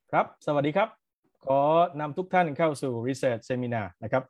ครับสวัสดีครับขอนำทุกท่านเข้าสู่ Research Seminar นะครับ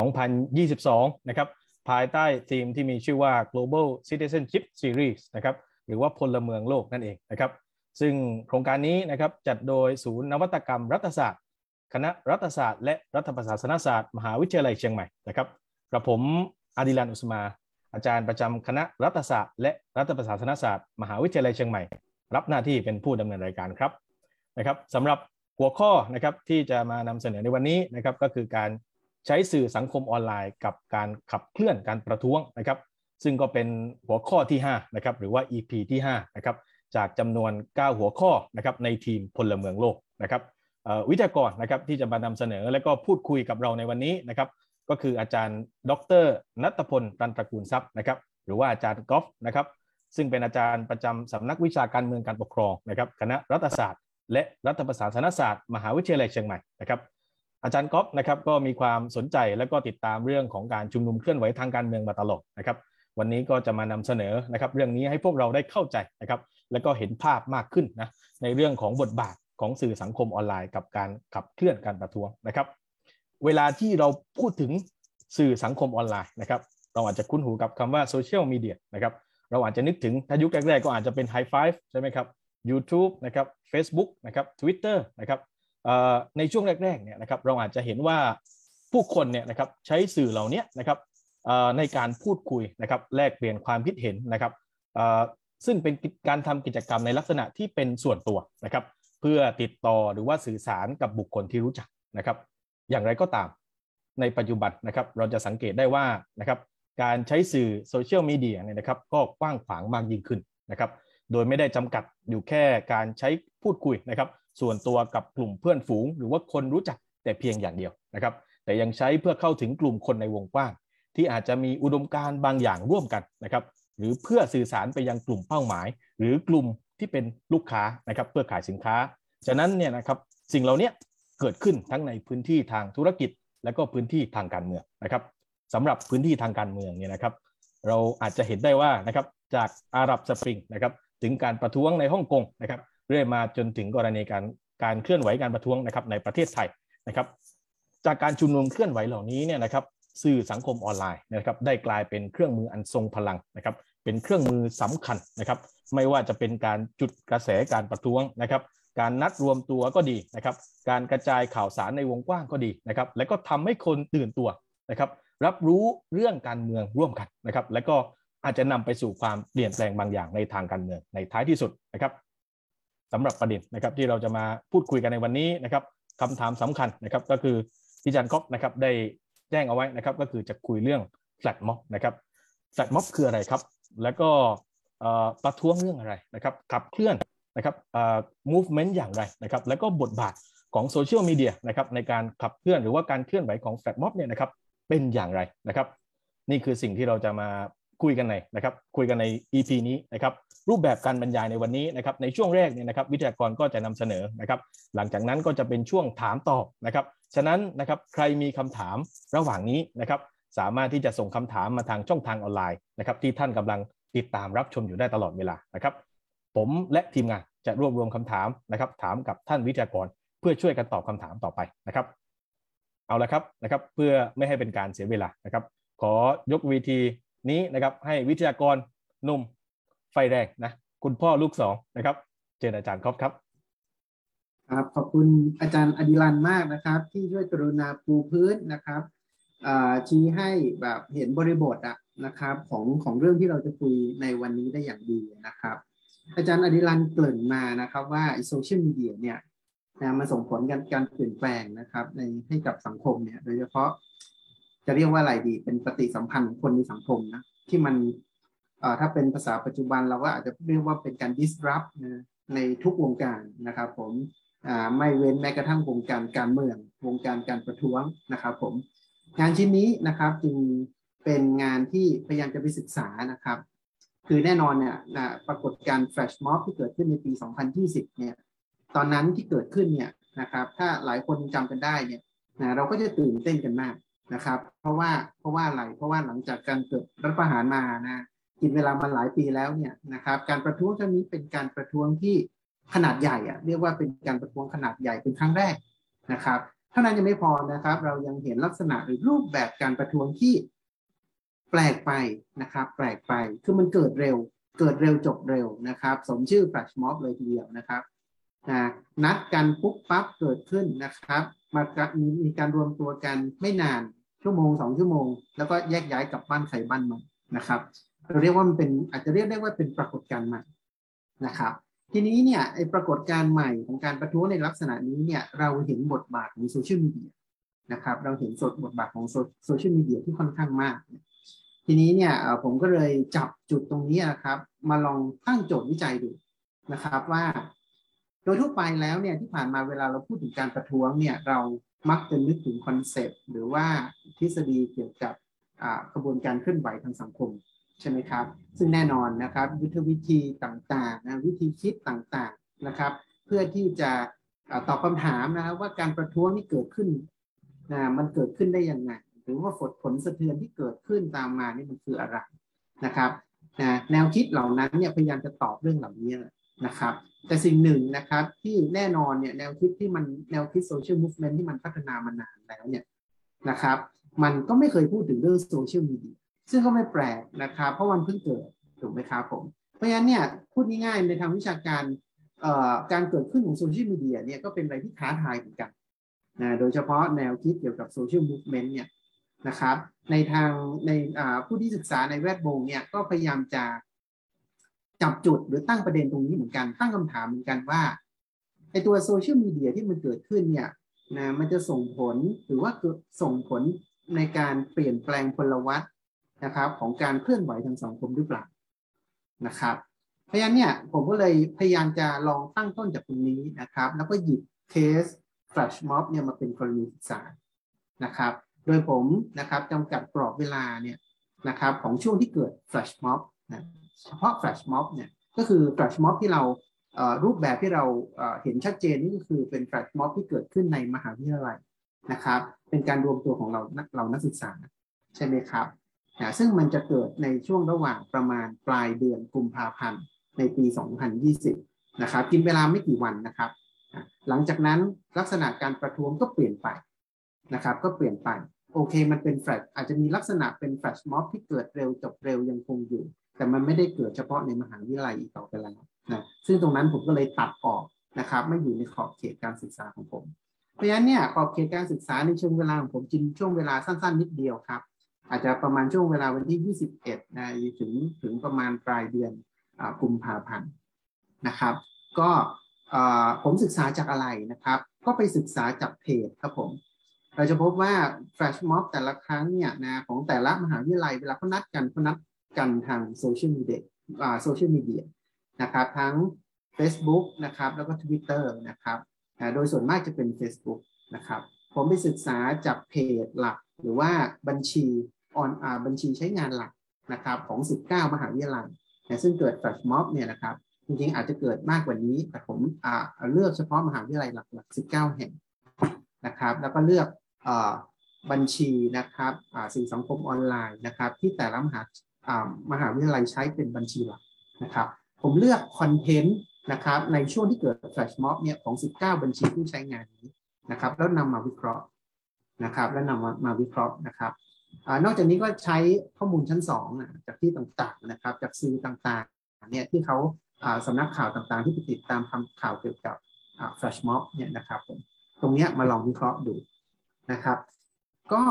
2022นะครับภายใต้ธีมที่มีชื่อว่า Global Citizenship Series นะครับหรือว่าพลเมืองโลกนั่นเองนะครับซึ่งโครงการนี้นะครับจัดโดยศูนย์นวัตกรรมรัฐศาสตร์คณะรัฐศาสตร์และรัฐประศาสนศาสตร์มหาวิทยาลัยเชียงใหม่นะครับกระผมอาดิลันอุสมาอาจารย์ประจำคณะรัฐศาสตร์และรัฐประศาสนศาสตร์มหาวิทยาลัยเชียงใหม่รับหน้าที่เป็นผู้ดำเนินรายการครับนะครับสำหรับหัวข้อนะครับที่จะมานำเสนอในวันนี้นะครับก็คือการใช้สื่อสังคมออนไลน์กับการขับเคลื่อนการประท้วงนะครับซึ่งก็เป็นหัวข้อที่5นะครับหรือว่า EP ที่5นะครับจากจำนวน9หัวข้อนะครับในทีมพลเมืองโลกนะครับวิทยากรนะครับที่จะมานำเสนอและก็พูดคุยกับเราในวันนี้นะครับก็คืออาจารย์ดร.ณัฐพล ตันตระกูลทรัพย์นะครับหรือว่าอาจารย์ก๊อฟนะครับซึ่งเป็นอาจารย์ประจำสำนักวิชาการเมืองการปกครองนะครับคณะรัฐศาสตร์และรัฐประศาสนศาสตร์มหาวิทยาลัยเชียงใหม่นะครับอาจารย์ก๊อฟนะครับก็มีความสนใจและก็ติดตามเรื่องของการชุมนุมเคลื่อนไหวทางการเมืองมาตลอดนะครับวันนี้ก็จะมานำเสนอนะครับเรื่องนี้ให้พวกเราได้เข้าใจนะครับและก็เห็นภาพมากขึ้นนะในเรื่องของบทบาทของสื่อสังคมออนไลน์กับการขับเคลื่อนการประท้วงนะครับเวลาที่เราพูดถึงสื่อสังคมออนไลน์นะครับเราอาจจะคุ้นหูกับคำว่าโซเชียลมีเดียนะครับเราอาจจะนึกถึงถ้ายุคแรกๆก็อาจจะเป็นไฮไฟฟ์ใช่ไหมครับYouTube นะครับ Facebook นะครับ Twitter นะครับในช่วงแรกๆเนี่ยนะครับเราอาจจะเห็นว่าผู้คนเนี่ยนะครับใช้สื่อเหล่านี้นะครับในการพูดคุยนะครับแลกเปลี่ยนความคิดเห็นนะครับซึ่งเป็นการทำกิจกรรมในลักษณะที่เป็นส่วนตัวนะครับเพื่อติดต่อหรือว่าสื่อสารกับบุคคลที่รู้จักนะครับอย่างไรก็ตามในปัจจุบันนะครับเราจะสังเกตได้ว่านะครับการใช้สื่อโซเชียลมีเดียเนี่ยนะครับก็กว้างขวางมากยิ่งขึ้นนะครับโดยไม่ได้จำกัดอยู่แค่การใช้พูดคุยนะครับส่วนตัวกับกลุ่มเพื่อนฝูงหรือว่าคนรู้จักแต่เพียงอย่างเดียวนะครับแต่ยังใช้เพื่อเข้าถึงกลุ่มคนในวงกว้างที่อาจจะมีอุดมการณ์บางอย่างร่วมกันนะครับหรือเพื่อสื่อสารไปยังกลุ่มเป้าหมายหรือกลุ่มที่เป็นลูกค้านะครับเพื่อขายสินค้าฉะนั้นเนี่ยนะครับสิ่งเหล่านี้เกิดขึ้นทั้งในพื้นที่ทางธุรกิจและก็พื้นที่ทางการเมืองนะครับสำหรับพื้นที่ทางการเมืองเนี่ยนะครับเราอาจจะเห็นได้ว่านะครับจากอาหรับสปริงนะครับถึงการประท้วงในฮ่องกงนะครับเรื่อยมาจนถึงกรณีการเคลื่อนไหวการประท้วงนะครับในประเทศไทยนะครับจากการชุมนุมเคลื่อนไหวเหล่านี้เนี่ยนะครับสื่อสังคมออนไลน์นะครับได้กลายเป็นเครื่องมืออันทรงพลังนะครับเป็นเครื่องมือสำคัญนะครับไม่ว่าจะเป็นการจุดกระแสการประท้วงนะครับการนัดรวมตัวก็ดีนะครับการกระจายข่าวสารในวงกว้างก็ดีนะครับและก็ทำให้คนตื่นตัวนะครับรับรู้เรื่องการเมืองร่วมกันนะครับและก็อาจจะนำไปสู่ความเปลี่ยนแปลงบางอย่างในทางการเมืองในท้ายที่สุดนะครับสำหรับประเด็นนะครับที่เราจะมาพูดคุยกันในวันนี้นะครับคำถามสำคัญนะครับก็คือที่อาจารย์ก๊อฟนะครับได้แจ้งเอาไว้นะครับก็คือจะคุยเรื่องแฟลชม็อบนะครับแฟลชม็อบคืออะไรครับแล้วก็ประท้วงเรื่องอะไรนะครับขับเคลื่อนนะครับmovement อย่างไรนะครับแล้วก็บทบาทของโซเชียลมีเดียนะครับในการขับเคลื่อนหรือว่าการเคลื่อนไหวของแฟลชม็อบเนี่ยนะครับเป็นอย่างไรนะครับนี่คือสิ่งที่เราจะมาคุยกันใน EP นี้นะครับรูปแบบการบรรยายในวันนี้นะครับในช่วงแรกเนี่ยนะครับวิทยากรก็จะนำเสนอนะครับหลังจากนั้นก็จะเป็นช่วงถามตอบนะครับฉะนั้นนะครับใครมีคำถามระหว่างนี้นะครับสามารถที่จะส่งคำถามมาทางช่องทางออนไลน์นะครับที่ท่านกำลังติดตามรับชมอยู่ได้ตลอดเวลานะครับผมและทีมงานจะรวบรวมคำถามนะครับถามกับท่านวิทยากรเพื่อช่วยกันตอบคำถามต่อไปนะครับเอาละครับนะครับเพื่อไม่ให้เป็นการเสียเวลานะครับขอยกเวทีนี้นะครับให้วิทยากรหนุ่มไฟแรงนะคุณพ่อลูกสองนะครับเชิญอาจารย์ครับครับขอบคุณอาจารย์อดิรันมากนะครับที่ช่วยกรุณาปูพื้นนะครับชี้ให้แบบเห็นบริบทนะครับของเรื่องที่เราจะคุยในวันนี้ได้อย่างดีนะครับอาจารย์อดิรันเกริ่นมานะครับว่าโซเชียลมีเดียเนี่ยมันส่งผลการเปลี่ยนแปลงนะครับให้กับสังคมเนี่ยโดยเฉพาะจะเรียกว่าอะไรดีเป็นปฏิสัมพันธ์ของคนในสังคมนะที่มันถ้าเป็นภาษาปัจจุบันเราก็อาจจะเรียกว่าเป็นการ disrupt ในทุกวงการนะครับผมไม่เว้นแม้กระทั่งวงการการเมืองวงการการประท้วงนะครับผมงานชิ้นนี้นะครับจึงเป็นงานที่พยายามจะไปศึกษานะครับคือแน่นอนเนี่ยปรากฏการณ์แฟลชม็อบที่เกิดขึ้นในปี 2020 เนี่ยตอนนั้นที่เกิดขึ้นเนี่ยนะครับถ้าหลายคนจำกันได้เนี่ยเราก็จะตื่นเต้นกันมากนะครับเพราะว่าอะไรเพราะว่าหลังจากการเกิดรัฐประหารมากินเวลามาหลายปีแล้วเนี่ยนะครับการประท้วงครั้งนี้เป็นการประท้วงที่ขนาดใหญ่เรียกว่าเป็นการประท้วงขนาดใหญ่เป็นครั้งแรกนะครับเท่านั้นยังไม่พอนะครับเรายังเห็นลักษณะหรือรูปแบบการประท้วงที่แปลกไปนะครับแปลกไปคือมันเกิดเร็วจบเร็วนะครับสมชื่อแฟลชม็อบเลยทีเดียวนะครับนัดกันปุ๊บปั๊บเกิดขึ้นนะครับมีการรวมตัวกันไม่นานชั่วโมง2 ชั่วโมงแล้วก็แยกย้ายกลับบ้านใครบ้านมันนะครับเราเรียกว่ามันเป็นอาจจะเรียกได้ว่าเป็นปรากฏการณ์ใหม่นะครับทีนี้เนี่ยไอ้ปรากฏการณ์ใหม่ของการประท้วงในลักษณะนี้เนี่ยเราเห็นบทบาทของโซเชียลมีเดียนะครับเราเห็นบทบาทของโซเชียลมีเดียที่ค่อนข้างมากทีนี้เนี่ยผมก็เลยจับจุดตรงนี้นะครับมาลองตั้งโจทย์วิจัยดูนะครับว่าโดยทั่วไปแล้วเนี่ยที่ผ่านมาเวลาเราพูดถึงการประท้วงเนี่ยเรามักจะนึกถึงคอนเซปต์หรือว่าทฤษฎีเกี่ยวกับกระบวนการเคลื่อนไหวทางสังคมใช่ไหมครับซึ่งแน่นอนนะครับยุทธวิธีต่างๆวิธีคิดต่างๆนะครับเพื่อที่จะตอบคำถามนะครับว่าการประท้วงที่เกิดขึ้นมันเกิดขึ้นได้ยังไงหรือว่าผลสะเทือนที่เกิดขึ้นตามมานี่มันคืออะไรนะครับแนวคิดเหล่านั้นเนี่ยพยายามจะตอบเรื่องเหล่านี้นะครับแต่สิ่งหนึ่งนะครับที่แน่นอนเนี่ยแนวคิดโซเชียลมูฟเมนต์ที่มันพัฒนามานานแล้วเนี่ยนะครับมันก็ไม่เคยพูดถึงเรื่องโซเชียลมีเดียซึ่งก็ไม่แปลกนะครับเพราะมันเพิ่งเกิดถูกไหมครับผมเพราะฉะนั้นเนี่ยพูดง่ายๆในทางวิชาการการเกิดขึ้นของโซเชียลมีเดียเนี่ยก็เป็นอะไรที่ท้าทายเหมือนกันโดยเฉพาะแนวคิดเกี่ยวกับโซเชียลมูฟเมนต์เนี่ยนะครับในผู้ที่ศึกษาในแวดวงเนี่ยก็พยายามจะจับจุดหรือตั้งประเด็นตรงนี้เหมือนกันตั้งคำถามเหมือนกันว่าไอตัวโซเชียลมีเดียที่มันเกิดขึ้นเนี่ยมันจะส่งผลหรือว่าส่งผลในการเปลี่ยนแปลงพลวัตนะครับของการเคลื่อนไหวทางสังคมหรือเปล่านะครับเพราะฉะนั้นเนี่ยผมก็เลยพยายามจะลองตั้งต้นจากตรงนี้นะครับแล้วก็หยิบเคสแฟลชม็อบเนี่ยมาเป็นกรณีศึกษานะครับโดยผมนะครับจำกัดกรอบเวลาเนี่ยนะครับของช่วงที่เกิดแฟลชม็อบเฉพาะแฟลชม็อบเนี่ยก็คือแฟลชม็อบที่เรารูปแบบที่เราเห็นชัดเจนนี่ก็คือเป็นแฟลชม็อบที่เกิดขึ้นในมหาวิทยาลัยนะครับเป็นการรวมตัวของเรานักศึกษาใช่ไหมครับซึ่งมันจะเกิดในช่วงระหว่างประมาณปลายเดือนกุมภาพันธ์ในปี 2020 นะครับกินเวลาไม่กี่วันนะครับหลังจากนั้นลักษณะการประท้วงก็เปลี่ยนไปนะครับก็เปลี่ยนไปโอเคมันเป็นแฟลชอาจจะมีลักษณะเป็นแฟลชม็อบที่เกิดเร็วจบเร็วยังคงอยู่แต่มันไม่ได้เกิดเฉพาะในมหาวิทยาลัยอีกต่อไปแล้วนะซึ่งตรงนั้นผมก็เลยตัดออกนะครับไม่อยู่ในขอบเขตการศึกษาของผมเพราะฉะนั้นเนี่ยขอบเขตการศึกษาในช่วงเวลาของผมจริงช่วงเวลาสั้นๆนิดเดียวครับอาจจะประมาณช่วงเวลาวันที่21นะถึงประมาณปลายเดือนกุมภาพันธ์นะครับก็ผมศึกษาจากอะไรนะครับก็ไปศึกษาจากเพจครับผมเราจะพบว่าแฟลชม็อบแต่ละครั้งเนี่ยนะของแต่ละมหาวิทยาลัยเวลาเขานัดกันทางโซเชียลมีเดียนะครับทั้ง Facebook นะครับแล้วก็ Twitter นะครับโดยส่วนมากจะเป็น Facebook นะครับผมไปศึกษาจากเพจหลักหรือว่าบัญชีใช้งานหลักนะครับของ19มหาวิทยาลัยซึ่งเกิดแฟลชม็อบเนี่ยนะครับจริงๆอาจจะเกิดมากกว่านี้แต่ผมเลือกเฉพาะมหาวิทยาลัยหลักๆ19แห่งนะครับแล้วก็เลือกบัญชีนะครับสื่อสังคมออนไลน์นะครับที่แต่ละมหาวิทยาลัยใช้เป็นบัญชีหลักนะครับผมเลือกคอนเทนต์นะครับในช่วงที่เกิดแฟลชม็อบเนี่ยของ19บัญชีที่ใช้งานนี้นะครับแล้วนำมาวิเคราะห์นะครับแล้วนำมาวิเคราะห์นะครับนอกจากนี้ก็ใช้ข้อมูลชั้น2จากที่ต่างๆนะครับจากสื่อต่างๆเนี่ยที่เขาสำนักข่าวต่างๆที่ไปติดตามทำข่าวเกี่ยวกับแฟลชม็อบเนี่ยนะครับผมตรงนี้มาลองวิเคราะห์ดูนะครับก็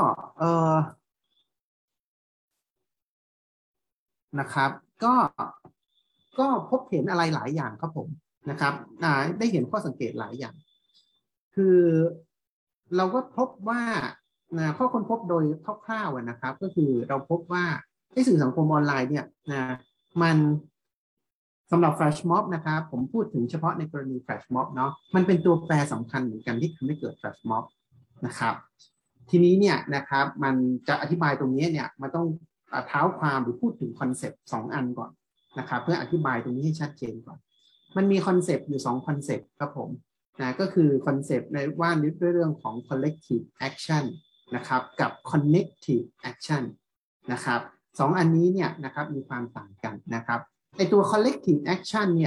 นะครับก็พบเห็นอะไรหลายอย่างครับผมนะครับได้เห็นข้อสังเกตหลายอย่างคือเราก็พบว่าข้อค้นพบโดยคร่าวๆนะครับก็คือเราพบว่าสื่อสังคมออนไลน์เนี่ยมันสำหรับแฟลชม็อบนะครับผมพูดถึงเฉพาะในกรณีแฟลชม็อบเนาะมันเป็นตัวแปรสำคัญเหมือนกันที่ทำให้เกิดแฟลชม็อบนะครับทีนี้เนี่ยนะครับมันจะอธิบายตรงนี้เนี่ยมันต้องเท้าความหรือพูดถึงคอนเซปต์2อันก่อนนะครับเพื่ออธิบายตรงนี้ให้ชัดเจนก่อนมันมีคอนเซปต์อยู่2คอนเซปต์ครับผมก็คือคอนเซปต์ในว่าด้วยเรื่องของ collective action นะครับกับ connective action นะครับ2อันนี้เนี่ยนะครับมีความต่างกันนะครับไอตัว collective action เนี่ย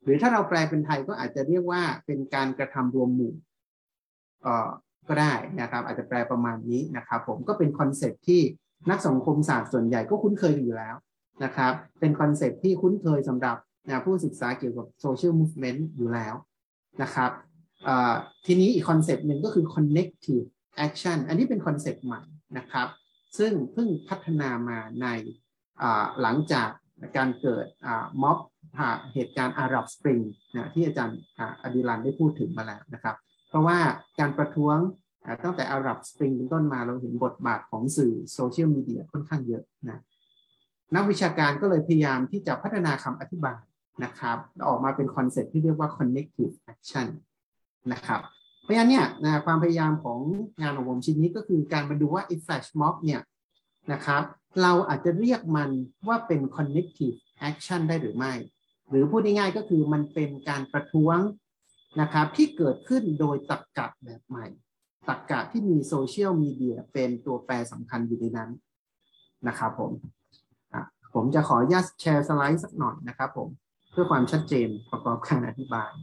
รือถ้าเราแปลเป็นไทยก็อาจจะเรียกว่าเป็นการกระทำรวมหมู่ก็ได้นะครับอาจจะแปลประมาณนี้นะครับผมก็เป็นคอนเซ็ปต์ที่นักสังคมศาสตร์ส่วนใหญ่ก็คุ้นเคยอยู่แล้วนะครับเป็นคอนเซ็ปต์ที่คุ้นเคยสำหรับผู้ศึกษาเกี่ยวกับ social movement อยู่แล้วนะครับทีนี้อีกคอนเซ็ปต์หนึ่งก็คือ connective action อันนี้เป็นคอนเซ็ปต์ใหม่นะครับซึ่งเพิ่งพัฒนามาในหลังจากการเกิดม็อบเหตุการณ์อาหรับสปริงนะที่อาจารย์อดิรันได้พูดถึงมาแล้วนะครับเพราะว่าการประท้วงตั้งแต่อาหรับสปริงเป็นต้นมาเราเห็นบทบาทของสื่อโซเชียลมีเดียค่อนข้างเยอะนะนักวิชาการก็เลยพยายามที่จะพัฒนาคำอธิบายนะครับออกมาเป็นคอนเซ็ปต์ที่เรียกว่า connective action นะครับเพราะฉะนั้นเนี่ยความพยายามของงานของผมชิ้นนี้ก็คือการมาดูว่าไอ้ flash mob เนี่ยนะครับเราอาจจะเรียกมันว่าเป็น connective action ได้หรือไม่หรือพูดง่ายๆก็คือมันเป็นการประท้วงนะครับที่เกิดขึ้นโดยตรรกะแบบใหม่ตรรกะที่มีโซเชียลมีเดียเป็นตัวแปรสำคัญอยู่ในนั้นนะครับผมจะขออนุญาตแชร์สไลด์สักหน่อยนะครับผมเพื่อความชัดเจนประกอบการอธิบาย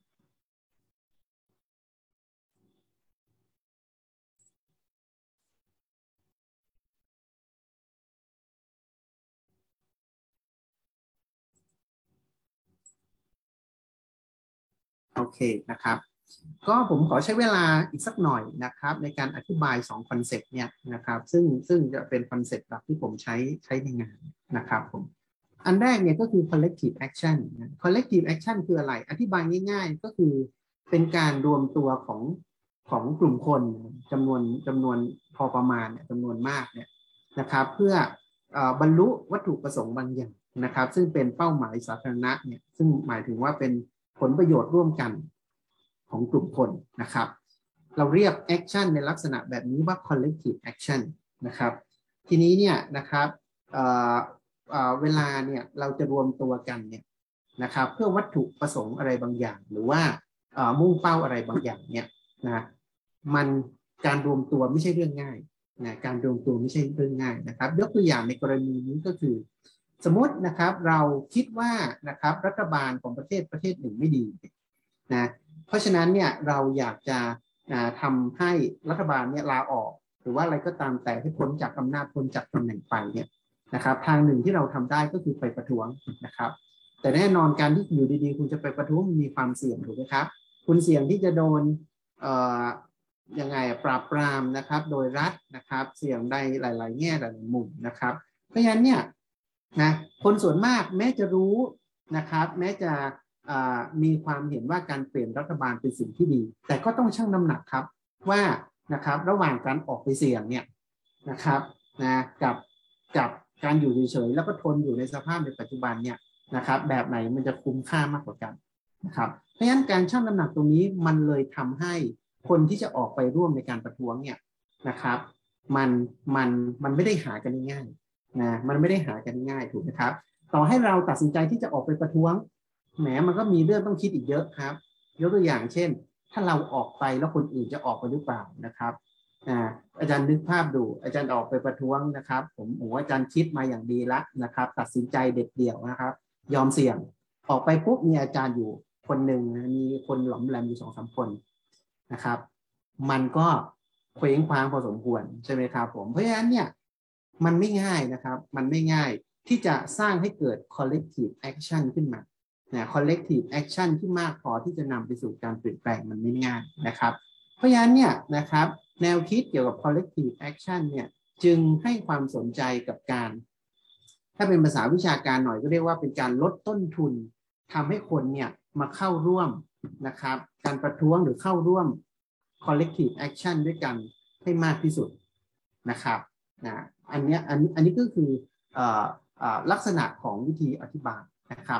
โอเคนะครับก็ผมขอใช้เวลาอีกสักหน่อยนะครับในการอธิบาย2คอนเซปต์เนี่ยนะครับซึ่งจะเป็นคอนเซปต์หลักที่ผมใช้ในงานนะครับผมอันแรกเนี่ยก็คือ collective action collective action คืออะไรอธิบายง่ายๆก็คือเป็นการรวมตัวของกลุ่มคนจำนวนพอประมาณจำนวนมากเนี่ยนะครับเพื่อบรรลุวัตถุประสงค์บางอย่างนะครับซึ่งเป็นเป้าหมายสาธารณะเนี่ยซึ่งหมายถึงว่าเป็นผลประโยชน์ร่วมกันของกลุ่มคนนะครับเราเรียก action ในลักษณะแบบนี้ว่า collective action นะครับทีนี้เนี่ยนะครับเวลาเนี่ยเราจะรวมตัวกันเนี่ยนะครับเพื่อวัตถุประสงค์อะไรบางอย่างหรือว่ามุ่งเป้าอะไรบางอย่างเนี่ยนะมันการรวมตัวไม่ใช่เรื่องง่ายนะการรวมตัวไม่ใช่เรื่องง่ายนะครับยกตัวอย่างในกรณีนี้ก็คือสมมตินะครับเราคิดว่านะครับรัฐบาลของประเทศหนึ่งไม่ดีนะเพราะฉะนั้นเนี่ยเราอยากจะทำให้รัฐบาลเนี่ยลาออกหรือว่าอะไรก็ตามแต่ให้พ้นจากอำนาจพ้นจากตำแหน่งไปเนี่ยนะครับทางหนึ่งที่เราทำได้ก็คือไปประท้วงนะครับแต่แน่นอนการที่อยู่ดีๆคุณจะไปประท้วงมีความเสี่ยงถูกไหมครับคุณเสี่ยงที่จะโดนยังไงปราบปรามนะครับโดยรัฐนะครับเสี่ยงได้หลายๆแง่หลายๆมุมนะครับเพราะฉะนั้นเนี่ยนะคนส่วนมากแม้จะรู้นะครับแม้จะมีความเห็นว่าการเปลี่ยนรัฐบาลเป็นสิ่งที่ดีแต่ก็ต้องชั่งน้ำหนักครับว่านะครับระหว่างการออกไปเสี่ยงเนี่ยนะครับกับการอยู่เฉยๆแล้วก็ทนอยู่ในสภาพในปัจจุบันเนี่ยนะครับแบบไหนมันจะคุ้มค่ามากกว่ากันนะครับเพราะฉะนั้นการชั่งน้ำหนักตรงนี้มันเลยทำให้คนที่จะออกไปร่วมในการประท้วงเนี่ยนะครับมันไม่ได้หากันง่ายๆนะมันไม่ได้หากันง่ายถูกไหมครับต่อให้เราตัดสินใจที่จะออกไปประท้วงแหมมันก็มีเรื่องต้องคิดอีกเยอะครับยกตัวอย่างเช่นถ้าเราออกไปแล้วคนอื่นจะออกไปหรือเปล่านะครับอาจารย์นึกภาพดูอาจารย์ออกไปประท้วงนะครับผมอาจารย์คิดมาอย่างดีแล้วนะครับตัดสินใจเด็ดเดี่ยวนะครับยอมเสี่ยงออกไปปุ๊บมีอาจารย์อยู่คนหนึ่งมีคนหลอมแหลมอยู่2-3 คนนะครับมันก็เคว้งคว้างพอสมควรใช่ไหมครับผมเพราะฉะนั้นเนี่ยมันไม่ง่ายนะครับมันไม่ง่ายที่จะสร้างให้เกิด collective action ขึ้นมาcollective action ที่มากพอที่จะนำไปสู่การเปลี่ยนแปลงมันไม่ง่ายนะครับเพราะฉะนั้นเนี่ยนะครับแนวคิดเกี่ยวกับ collective action เนี่ยจึงให้ความสนใจกับการถ้าเป็นภาษาวิชาการหน่อยก็เรียกว่าเป็นการลดต้นทุนทำให้คนเนี่ยมาเข้าร่วมนะครับการประท้วงหรือเข้าร่วม collective action ด้วยกันให้มากที่สุดนะครับอันนี้ก็คือลักษณะของวิธีอธิบายนะครับ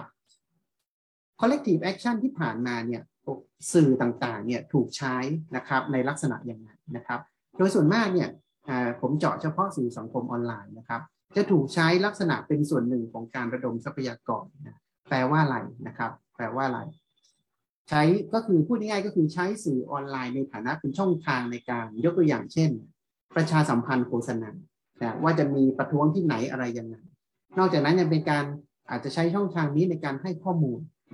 collective action ที่ผ่านมาเนี่ยสื่อต่างๆเนี่ยถูกใช้นะครับในลักษณะอย่างไรนะครับโดยส่วนมากเนี่ยผมเจาะเฉพาะสื่อสังคมออนไลน์นะครับจะถูกใช้ลักษณะเป็นส่วนหนึ่งของการระดมทรัพยากรแปลว่าอะไรนะครับแปลว่าอะไรใช้ก็คือพูดง่ายๆก็คือใช้สื่อออนไลน์ในฐานะเป็นช่องทางในการยกตัวอย่างเช่นประชาสัมพันธ์โฆษณาว่าจะมีประท้วงที่ไหนอะไรยังไงนอกจากนั้นยังเป็นการอาจจะใช้ช่องทางนี้ในการให้ข้อมูลนะครับ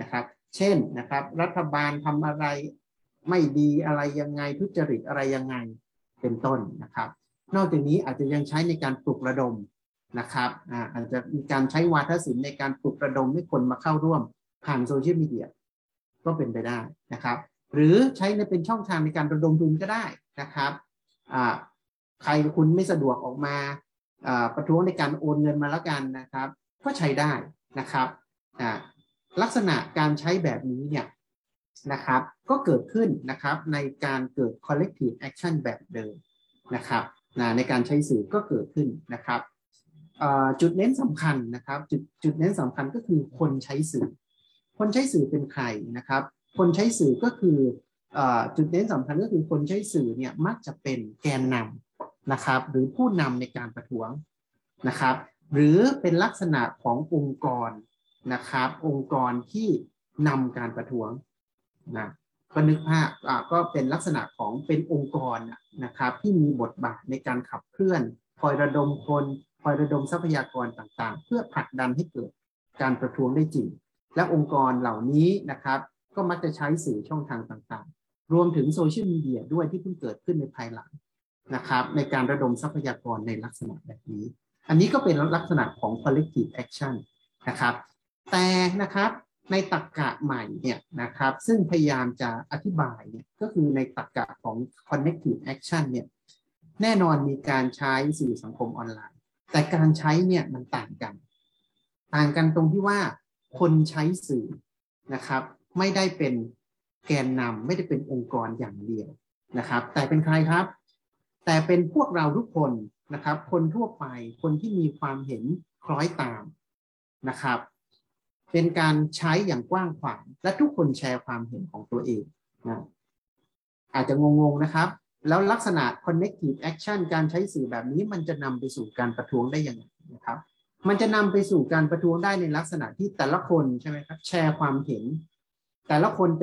เช่นนะครับรัฐบาลทำอะไรไม่ดีอะไรยังไงทุจริตอะไรยังไงเป็นต้นนะครับนอกจากนี้อาจจะยังใช้ในการปลุกระดมนะครับอาจจะมีการใช้วาทศิลป์ในการปลุกระดมให้คนมาเข้าร่วมผ่านโซเชียลมีเดียก็เป็นไปได้นะครับหรือใช้ในเป็นช่องทางในการระดมทุนก็ได้นะครับใครคุณไม่สะดวกออกมาประท้วงในการโอนเงินมาแล้วกันนะครับก็ใช้ได้นะครับลักษณะการใช้แบบนี้เนี่ยนะครับก็เกิดขึ้นนะครับในการเกิด collective action แบบเดิมนะครับในการใช้สื่อก็เกิดขึ้นนะครับจุดเน้นสำคัญนะครับจุดเน้นสำคัญก็คือคนใช้สื่อคนใช้สื่อเป็นใครนะครับคนใช้สื่อก็คือจุดเน้นสำคัญก็คือคนใช้สื่อเนี่ยมักจะเป็นแกนนำนะครับหรือผู้นำในการประท้วงนะครับหรือเป็นลักษณะขององค์กรนะครับองค์กรที่นำการประท้วงนะก็นึกภาพก็เป็นลักษณะของเป็นองค์กรนะครับที่มีบทบาทในการขับเคลื่อนคอยระดมคนคอยระดมทรัพยากรต่างๆเพื่อผลักดันให้เกิดการประท้วงได้จริงและองค์กรเหล่านี้นะครับก็มักจะใช้สื่อช่องทางต่างๆรวมถึงโซเชียลมีเดียด้วยที่เพิ่งเกิดขึ้นในภายหลังนะครับในการระดมทรัพยากรในลักษณะแบบนี้อันนี้ก็เป็นลักษณะของ collective action นะครับแต่นะครับในตรรกะใหม่เนี่ยนะครับซึ่งพยายามจะอธิบายเนี่ยก็คือในตรรกะของ connective action เนี่ยแน่นอนมีการใช้สื่อสังคมออนไลน์แต่การใช้เนี่ยมันต่างกันตรงที่ว่าคนใช้สื่อนะครับไม่ได้เป็นแกนนำไม่ได้เป็นองค์กรอย่างเดียวนะครับแต่เป็นใครครับแต่เป็นพวกเราทุกคนนะครับคนทั่วไปคนที่มีความเห็นคล้อยตามนะครับเป็นการใช้อย่างกว้างขวางและทุกคนแชร์ความเห็นของตัวเองนะอาจจะงงๆนะครับแล้วลักษณะ connective action การใช้สื่อแบบนี้มันจะนำไปสู่การประท้วงได้ยังไงนะครับมันจะนำไปสู่การประท้วงได้ในลักษณะที่แต่ละคนใช่ไหมครับแชร์ความเห็นแต่ละคน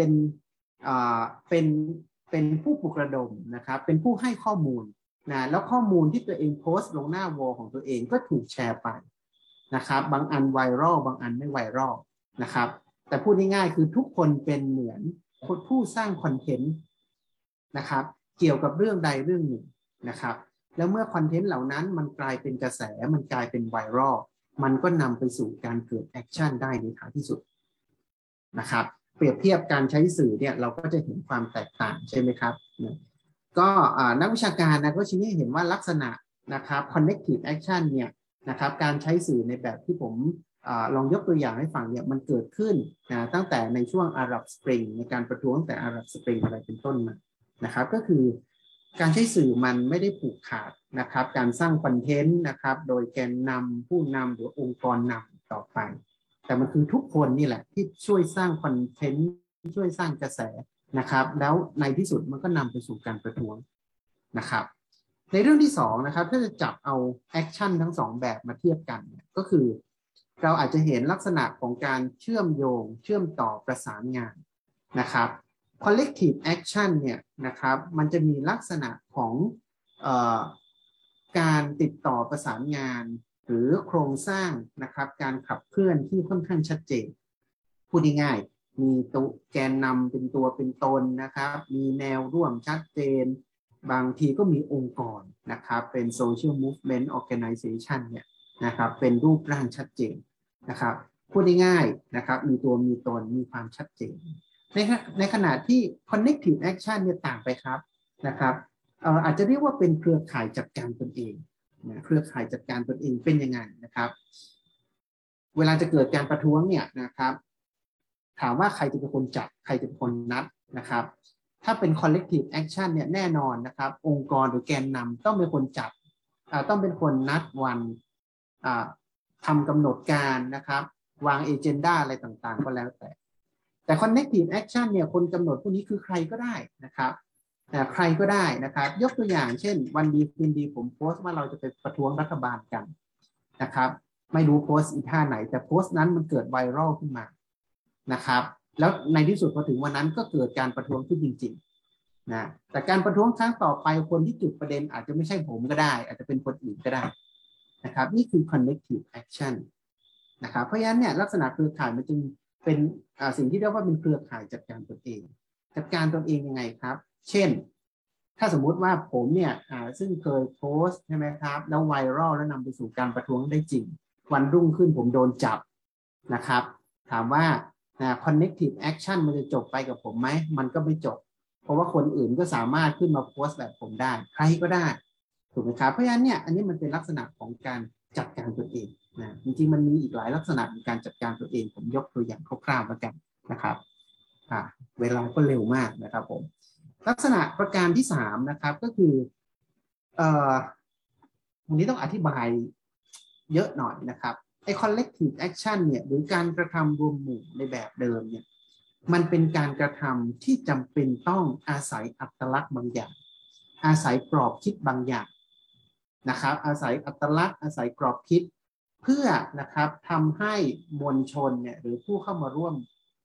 เป็นผู้ปลุกระดมนะครับเป็นผู้ให้ข้อมูลนะแล้วข้อมูลที่ตัวเองโพสต์ลงหน้าวอลของตัวเองก็ถูกแชร์ไปนะครับบางอันไวรัลบางอันไม่ไวรัลนะครับแต่พูดง่ายๆคือทุกคนเป็นเหมือนผู้สร้างคอนเทนต์นะครับเกี่ยวกับเรื่องใดเรื่องหนึ่งนะครับแล้วเมื่อคอนเทนต์เหล่านั้นมันกลายเป็นกระแสมันกลายเป็นไวรัลมันก็นำไปสู่การเกิดแอคชั่นได้ในท้ายที่สุดนะครับเปรียบเทียบการใช้สื่อเนี่ยเราก็จะเห็นความแตกต่างใช่ไหมครับก็นักวิชาการนะก็ชี้ให้เห็นว่าลักษณะนะครับ connective action เนี่ยนะครับการใช้สื่อในแบบที่ผมลองยกตัวอย่างให้ฟังเนี่ยมันเกิดขึ้นตั้งแต่ในช่วงอาหรับสปริงในการประท้วงแต่อาหรับสปริงอะไรเป็นต้นมานะครับก็คือการใช้สื่อมันไม่ได้ผูกขาดนะครับการสร้างคอนเทนต์นะครับโดยแกนนำผู้นำหรือองค์กรนำต่อไปแต่มันคือทุกคนนี่แหละที่ช่วยสร้างคอนเทนต์ช่วยสร้างกระแสนะครับแล้วในที่สุดมันก็นำไปสู่การประท้วงนะครับในเรื่องที่สองนะครับถ้าจะจับเอาแอคชั่นทั้งสองแบบมาเทียบกันก็คือเราอาจจะเห็นลักษณะของการเชื่อมโยงเชื่อมต่อประสานงานนะครับ collective action เนี่ยนะครับมันจะมีลักษณะของการติดต่อประสานงานหรือโครงสร้างนะครับการขับเคลื่อนที่ค่อนข้างชัดเจนพูดง่ายๆมีตัวแกนนำเป็นตัวเป็นตนนะครับมีแนวร่วมชัดเจนบางทีก็มีองค์กรนะครับเป็น social movement organization เนี่ยนะครับเป็นรูปร่างชัดเจนนะครับพูดง่ายๆนะครับมีตัวมีตนมีความชัดเจนในขณะที่ connective action เนี่ยต่างไปครับนะครับอาจจะเรียกว่าเป็นเครือข่ายจัดการตนเองนะเครือข่ายจัดการตนเองเป็นยังไงนะครับเวลาจะเกิดการประท้วงเนี่ยนะครับถามว่าใครจะเป็นคนจัดใครจะเป็นคนนัดนะครับถ้าเป็น collective action เนี่ยแน่นอนนะครับองค์กรหรือแกนนำต้องเป็นคนจัดต้องเป็นคนนัดวันทำกำหนดการนะครับวางเอเจนดาอะไรต่างๆก็แล้วแต่ connective action เนี่ยคนกำหนดพวกนี้คือใครก็ได้นะครับใครก็ได้นะครับยกตัวอย่างเช่นวันดีคืนดีผมโพสต์ว่าเราจะไปประท้วงรัฐบาลกันนะครับไม่รู้โพสต์อีท่าไหนแต่โพสต์นั้นมันเกิดไวรัลขึ้นมานะครับแล้วในที่สุดพอถึงวันนั้นก็เกิดการประท้วงขึ้นจริงๆนะแต่การประท้วงครั้งต่อไปคนที่จุดประเด็นอาจจะไม่ใช่ผมก็ได้อาจจะเป็นคนอื่นก็ได้นะครับนี่คือ connective action นะครับเพราะฉะนั้นเนี่ยลักษณะเครือข่ายมันจึงเป็นสิ่งที่เรียกว่าเป็นเครือข่ายจัดการตนเองจัดการตนเองยังไงครับเช่นถ้าสมมุติว่าผมเนี่ยซึ่งเคยโพสต์ใช่ไหมครับแล้วไวรัลแล้วนำไปสู่การประท้วงได้จริงวันรุ่งขึ้นผมโดนจับนะครับถามว่าconnective action มันจะจบไปกับผมไหมมันก็ไม่จบเพราะว่าคนอื่นก็สามารถขึ้นมาโพสต์แบบผมได้ใครก็ได้ถูกไหมครับเพราะฉะนั้นเนี่ยอันนี้มันเป็นลักษณะของการจัดการตัวเองนะจริงๆมันมีอีกหลายลักษณะในการจัดการตัวเองผมยกตัวอย่างคร่าวๆแล้วกันนะครับเวลาก็เร็วมากนะครับผมลักษณะประการที่3นะครับก็คือวันนี้ต้องอธิบายเยอะหน่อยนะครับไอ้ collective action เนี่ยหรือการกระทำรวมหมู่ในแบบเดิมเนี่ยมันเป็นการกระทำที่จำเป็นต้องอาศัยอัตลักษณ์บางอย่างอาศัยกรอบคิดบางอย่างนะครับอาศัยอัตลักษณ์อาศัยกรอบคิดเพื่อนะครับทำให้มวลชนเนี่ยหรือผู้เข้ามาร่วม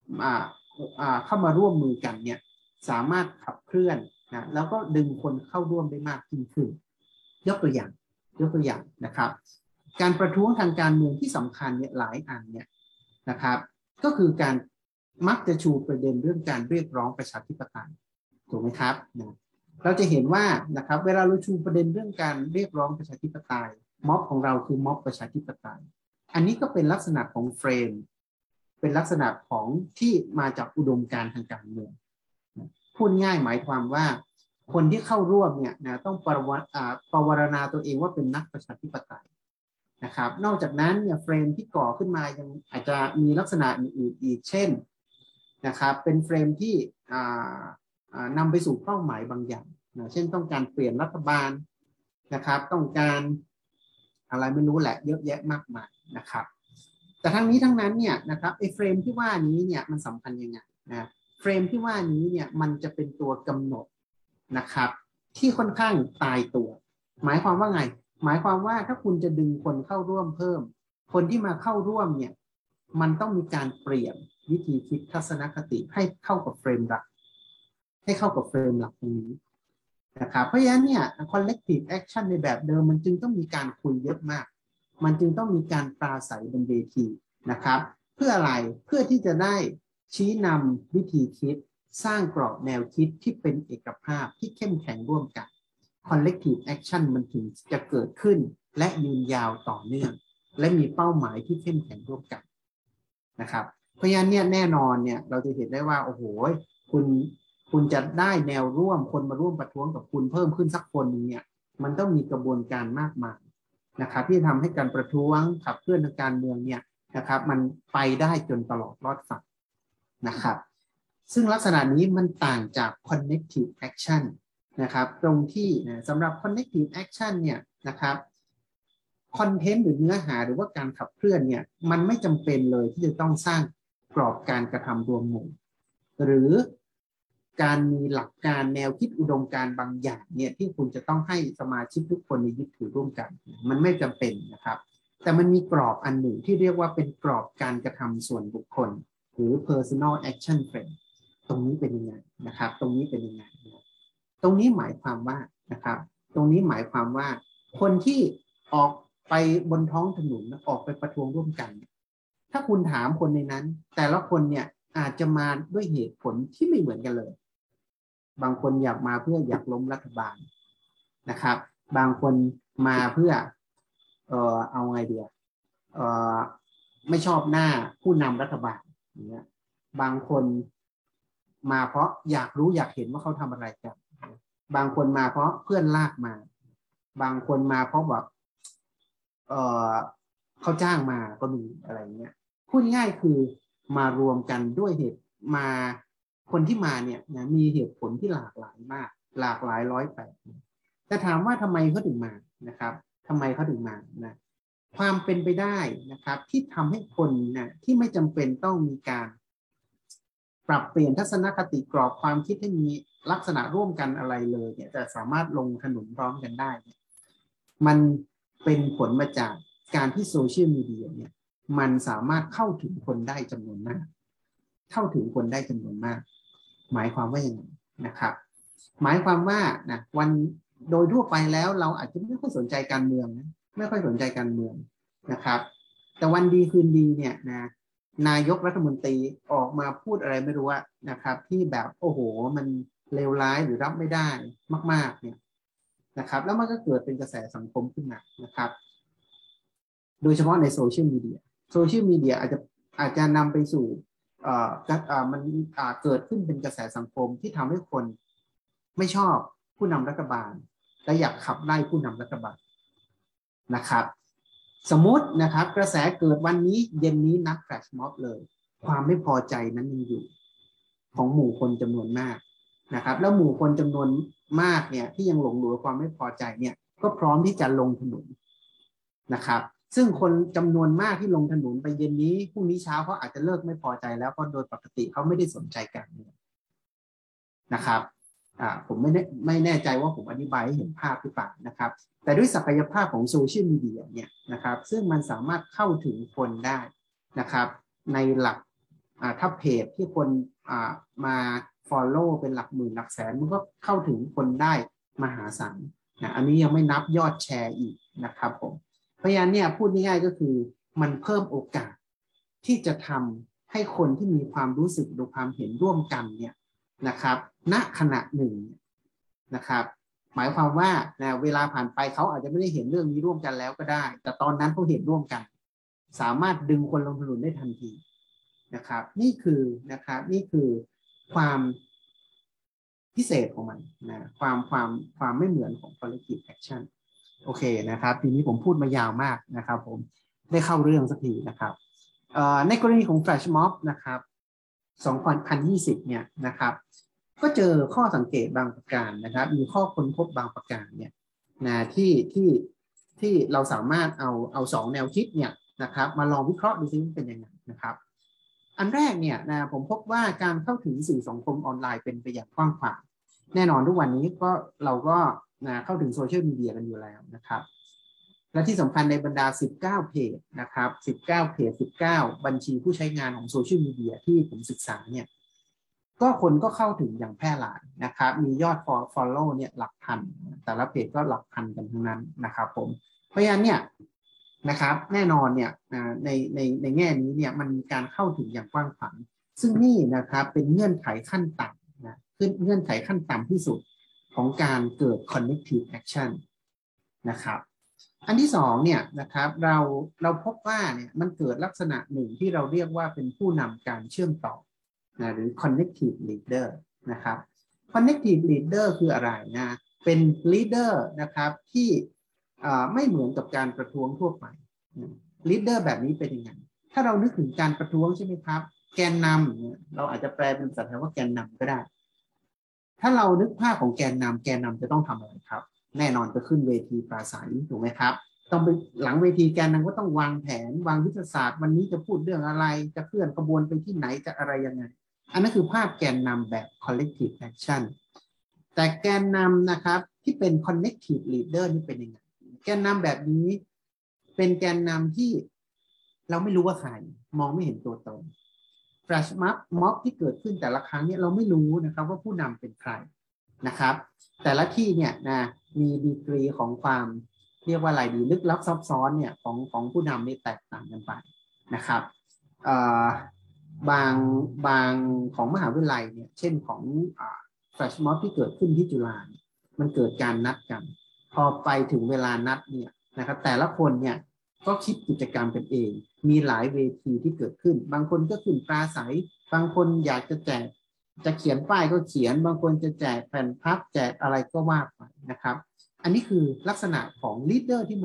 มือกันเนี่ยสามารถขับเคลื่อนนะแล้วก็ดึงคนเข้าร่วมได้มากยิ่งขึ้นยกตัวอย่างนะครับการประท้วงทางการเมืองที่สำคัญเนี่ยหลายอันเนี่ยนะครับก็คือการมักจะชูประเด็นเรื่องการเรียกร้องประชาธิปไตยถูกไหมครับนะเราจะเห็นว่านะครับเวลาเราชูประเด็นเรื่องการเรียกร้องประชาธิปไตยม็อบของเราคือม็อบประชาธิปไตยอันนี้ก็เป็นลักษณะของเฟรมเป็นลักษณะของที่มาจากอุดมการณ์ทางการเมืองพูดง่ายหมายความว่าคนที่เข้าร่วมเนี่ยนะต้องประวรณาตัวเองว่าเป็นนักประชาธิปไตยนะครับนอกจากนั้นเนี่ยเฟรมที่ก่อขึ้นมายังอาจจะมีลักษณะอื่นๆอีกเช่นนะครับเป็นเฟรมที่นำไปสู่เป้าหมายบางอย่างนะเช่นต้องการเปลี่ยนรัฐบาลนะครับต้องการอะไรไม่รู้แหละเยอะแยะมากมายนะครับแต่ทั้งนี้ทั้งนั้นเนี่ยนะครับไอ้เฟรมที่ว่านี้เนี่ยมันสำคัญยังไงนะเฟรมที่ว่านี้เนี่ยมันจะเป็นตัวกำหนดนะครับที่ค่อนข้างตายตัวหมายความว่าไงหมายความว่าถ้าคุณจะดึงคนเข้าร่วมเพิ่มคนที่มาเข้าร่วมเนี่ยมันต้องมีการเปลี่ยนวิธีคิดทัศนคติให้เข้ากับเฟรมหลักตรงนี้นะครับเพราะฉะนั้นเนี่ย collective action ในแบบเดิมมันจึงต้องมีการคุยเยอะมากมันจึงต้องมีการปราศัยบนเวทีนะครับเพื่ออะไรเพื่อที่จะได้ชี้นำวิธีคิดสร้างกรอบแนวคิดที่เป็นเอกภาพที่เข้มแข็งร่วมกัน collective action มันถึงจะเกิดขึ้นและยืนยาวต่อเนื่องและมีเป้าหมายที่เข้มแข็งร่วมกันนะครับเพราะฉะนั้นเนี่ยแน่นอนเนี่ยเราจะเห็นได้ว่าโอ้โหคุณจะได้แนวร่วมคนมาร่วมประท้วงกับคุณเพิ่มขึ้นสักคนนึงเนี่ยมันต้องมีกระบวนการมากมายนะครับที่ทำให้การประท้วงขับเคลื่อนทางการเมืองเนี่ยนะครับมันไปได้จนตลอดรอดฝั่งนะครับซึ่งลักษณะนี้มันต่างจาก connective action นะครับตรงที่สำหรับ connective action เนี่ยนะครับคอนเทนต์หรือเนื้อหาหรือว่าการขับเคลื่อนเนี่ยมันไม่จำเป็นเลยที่จะต้องสร้างกรอบการกระทำรวมหมู่หรือการมีหลักการแนวคิดอุดมการณ์บางอย่างเนี่ยที่คุณจะต้องให้สมาชิกทุกคนยึดถือร่วมกันมันไม่จำเป็นนะครับแต่มันมีกรอบอันหนึ่งที่เรียกว่าเป็นกรอบการกระทำส่วนบุคคลหรือ personal action frame ตรงนี้เป็นยังไงนะครับตรงนี้เป็นยังไงตรงนี้หมายความว่านะครับตรงนี้หมายความว่าคนที่ออกไปบนท้องถนนออกไปประท้วงร่วมกันถ้าคุณถามคนในนั้นแต่ละคนเนี่ยอาจจะมาด้วยเหตุผลที่ไม่เหมือนกันเลยบางคนอยากมาเพื่ออยากล้มรัฐบาลนะครับบางคนมาเพื่อเอาไงเดียวไม่ชอบหน้าผู้นำรัฐบาลอย่างเงี้ยบางคนมาเพราะอยากรู้อยากเห็นว่าเขาทำอะไรกันบางคนมาเพราะเพื่อนลากมาบางคนมาเพราะแบบเขาจ้างมาก็มีอะไรเงี้ยพูดง่ายคือมารวมกันด้วยเหตุมาคนที่มาเนี่ยนะมีเหตุผลที่หลากหลายมากหลากหลายร้อยแปดแต่ถามว่าทำไมเขาถึงมานะครับทำไมเขาถึงมานะความเป็นไปได้นะครับที่ทำให้คนนะที่ไม่จำเป็นต้องมีการปรับเปลี่ยนทัศนคติกรอบความคิดให้มีลักษณะร่วมกันอะไรเลยเนี่ยแต่สามารถลงถนนพร้อมกันได้เนี่ยมันเป็นผลมาจากการที่โซเชียลมีเดียเนี่ยมันสามารถเข้าถึงคนได้จำนวนมากหมายความว่าอย่างไรนะครับหมายความว่านะวันโดยทั่วไปแล้วเราอาจจะไม่ค่อยสนใจการเมืองนะไม่ค่อยสนใจการเมืองนะครับแต่วันดีคืนดีเนี่ยนะนายกรัฐมนตรีออกมาพูดอะไรไม่รู้นะครับที่แบบโอ้โหมันเลวร้ายหรือรับไม่ได้มากๆเนี่ยนะครับแล้วมันก็เกิดเป็นกระแสสังคมขึ้นมานะครับโดยเฉพาะในโซเชียลมีเดียอาจจะนำไปสู่มันเกิดขึ้นเป็นกระแสสังคมที่ทำให้คนไม่ชอบผู้นำรัฐบาลและอยากขับไล่ผู้นำรัฐบาลนะครับสมมตินะครับกระแสเกิดวันนี้เย็นนี้นัดแฟลชม็อบเลยความไม่พอใจนั้นยังอยู่ของหมู่คนจำนวนมากนะครับแล้วหมู่คนจำนวนมากเนี่ยที่ยังหลงเหลือความไม่พอใจเนี่ยก็พร้อมที่จะลงถนนนะครับซึ่งคนจำนวนมากที่ลงถนนไปเย็นนี้พรุ่งนี้เช้าเขาอาจจะเลิกไม่พอใจแล้วเพราะโดยปกติเขาไม่ได้สนใจการเมืองนะครับผมไม่แน่ใจว่าผมอธิบายให้เห็นภาพหรือเปล่านะครับแต่ด้วยศักยภาพของโซเชียลมีเดียเนี่ยนะครับซึ่งมันสามารถเข้าถึงคนได้นะครับในหลักถ้าเพจที่คนมา follow เป็นหลักหมื่นหลักแสนมันก็เข้าถึงคนได้มหาศาลอันนี้ยังไม่นับยอดแชร์อีกนะครับผมเพราะฉะนั้นเนี่ยพูดง่ายๆก็คือมันเพิ่มโอกาสที่จะทำให้คนที่มีความรู้สึกหรือความเห็นร่วมกันเนี่ยนะครับณขณะหนึ่งนะครับหมายความว่าเวลาผ่านไปเขาอาจจะไม่ได้เห็นเรื่องนี้ร่วมกันแล้วก็ได้แต่ตอนนั้นเขาเห็นร่วมกันสามารถดึงคนลงถนนได้ทันทีนะครับนี่คือความพิเศษของมันนะความไม่เหมือนของ collective action โอเคนะครับทีนี้ผมพูดมายาวมากนะครับผมได้เข้าเรื่องสักทีนะครับในกรณีของ Flash Mob นะครับ2020เนี่ยนะครับก็เจอข้อสังเกตบางประการนะครับมีข้อค้นพบบางประการเนี่ยนะที่เราสามารถเอา2แนวคิดเนี่ยนะครับมาลองวิเคราะห์ดูซิว่าเป็นยังไงนะครับอันแรกเนี่ยนะผมพบว่าการเข้าถึงสื่อสังคมออนไลน์เป็นไปอย่างกว้างขวางแน่นอนทุกวันนี้เราก็เข้าถึงโซเชียลมีเดียกันอยู่แล้วนะครับและที่สำคัญในบรรดา19เพจนะครับ19เพจ19บัญชีผู้ใช้งานของโซเชียลมีเดียที่ผมศึกษาเนี่ยก็คนก็เข้าถึงอย่างแพร่หลายนะครับมียอด follow เนี่ยหลักพันแต่ละเพจก็หลักพันกันทั้งนั้นนะครับผมเพราะฉะนั้นเนี่ยนะครับแน่นอนเนี่ยในแง่นี้เนี่ยมันมีการเข้าถึงอย่างกว้างขวางซึ่งนี่นะครับเป็นเงื่อนไขขั้นต่ำนะคือเงื่อนไขขั้นต่ำที่สุดของการเกิด connective action นะครับอันที่สองเนี่ยนะครับเราพบว่าเนี่ยมันเกิดลักษณะหนึ่งที่เราเรียกว่าเป็นผู้นำการเชื่อมต่อนะหรือ connective leader นะครับ connective leader คืออะไรนะเป็น leader นะครับที่ไม่เหมือนกับการประท้วงทั่วไป leader แบบนี้เป็นยังไงถ้าเรานึกถึงการประท้วงใช่ไหมครับแกนนำเราอาจจะแปลเป็นภาษาไทยว่าแกนนำก็ได้ถ้าเรานึกภาพของแกนนำจะต้องทำอะไรครับแน่นอนจะขึ้นเวทีปราศัยถูกไหมครับต้องไปหลังเวทีแกนนำก็ต้องวางแผนวางยุทธศาสตร์วันนี้จะพูดเรื่องอะไรจะเคลื่อนขบวนไปที่ไหนจะอะไรยังไงอันนั้นคือภาพแกนนำแบบ collective action แต่แกนนำนะครับที่เป็น connective leader นี่เป็นยังไงแกนนำแบบนี้เป็นแกนนำที่เราไม่รู้ว่าใครมองไม่เห็นตัวตนแฟลชม็อบที่เกิดขึ้นแต่ละครั้งเนี่ยเราไม่รู้นะครับว่าผู้นำเป็นใครนะครับแต่ละที่เนี่ยนะมีดีกรีของความเรียกว่าอะไรดีลึกลับซับซ้อนเนี่ยของผู้นำนี่แตกต่างกันไปนะครับบางของมหาวิทยาลัยเนี่ยเช่นของแฟลชม็อบที่เกิดขึ้นที่จุฬามันเกิดการนัดกันพอไปถึงเวลานัดเนี่ยนะครับแต่ละคนเนี่ยก็คิดกิจกรรมกันเองมีหลายเวทีที่เกิดขึ้นบางคนก็ขึ้นปราศัยบางคนอยากจะแจกจะเขียนป้ายก็เขียนบางคนจะแจกแผ่นพับแจกอะไรก็ว่าไปนะครับอันนี้คือลักษณะของลีดเดอร์ที่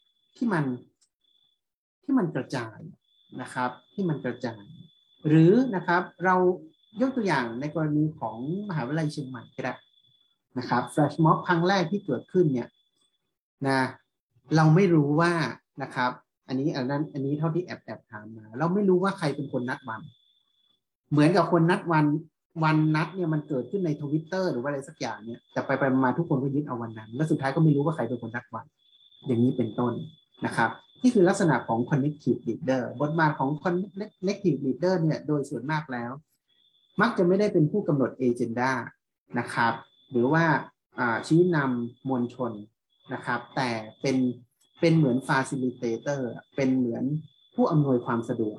มันกระจายนะครับที่มันกระจายหรือนะครับเรายกตัวอย่างในกรณีของมหาวิทยาลัยเชียงใหม่ก็ได้นะครับแฟลชม็อบครั้งแรกที่เกิดขึ้นเนี่ยนะเราไม่รู้ว่านะครับอันนี้เท่าที่แอบถามมาเราไม่รู้ว่าใครเป็นคนนัดวันเหมือนกับคนนัดวันนัดเนี่ยมันเกิดขึ้นใน Twitter หรือว่าอะไรสักอย่างเนี่ยแต่ไปมาทุกคนก็ยึดเอาวันนั้นแล้วสุดท้ายก็ไม่รู้ว่าใครเป็นคนนัดวันอย่างนี้เป็นต้นนะครับนี่คือลักษณะของ connective leader บทบาทของ connective leader เนี่ยโดยส่วนมากแล้วมักจะไม่ได้เป็นผู้กำหนด agenda นะครับหรือว่าชี้นำมวลชนนะครับแต่เป็นเหมือน facilitator เป็นเหมือนผู้อำนวยความสะดวก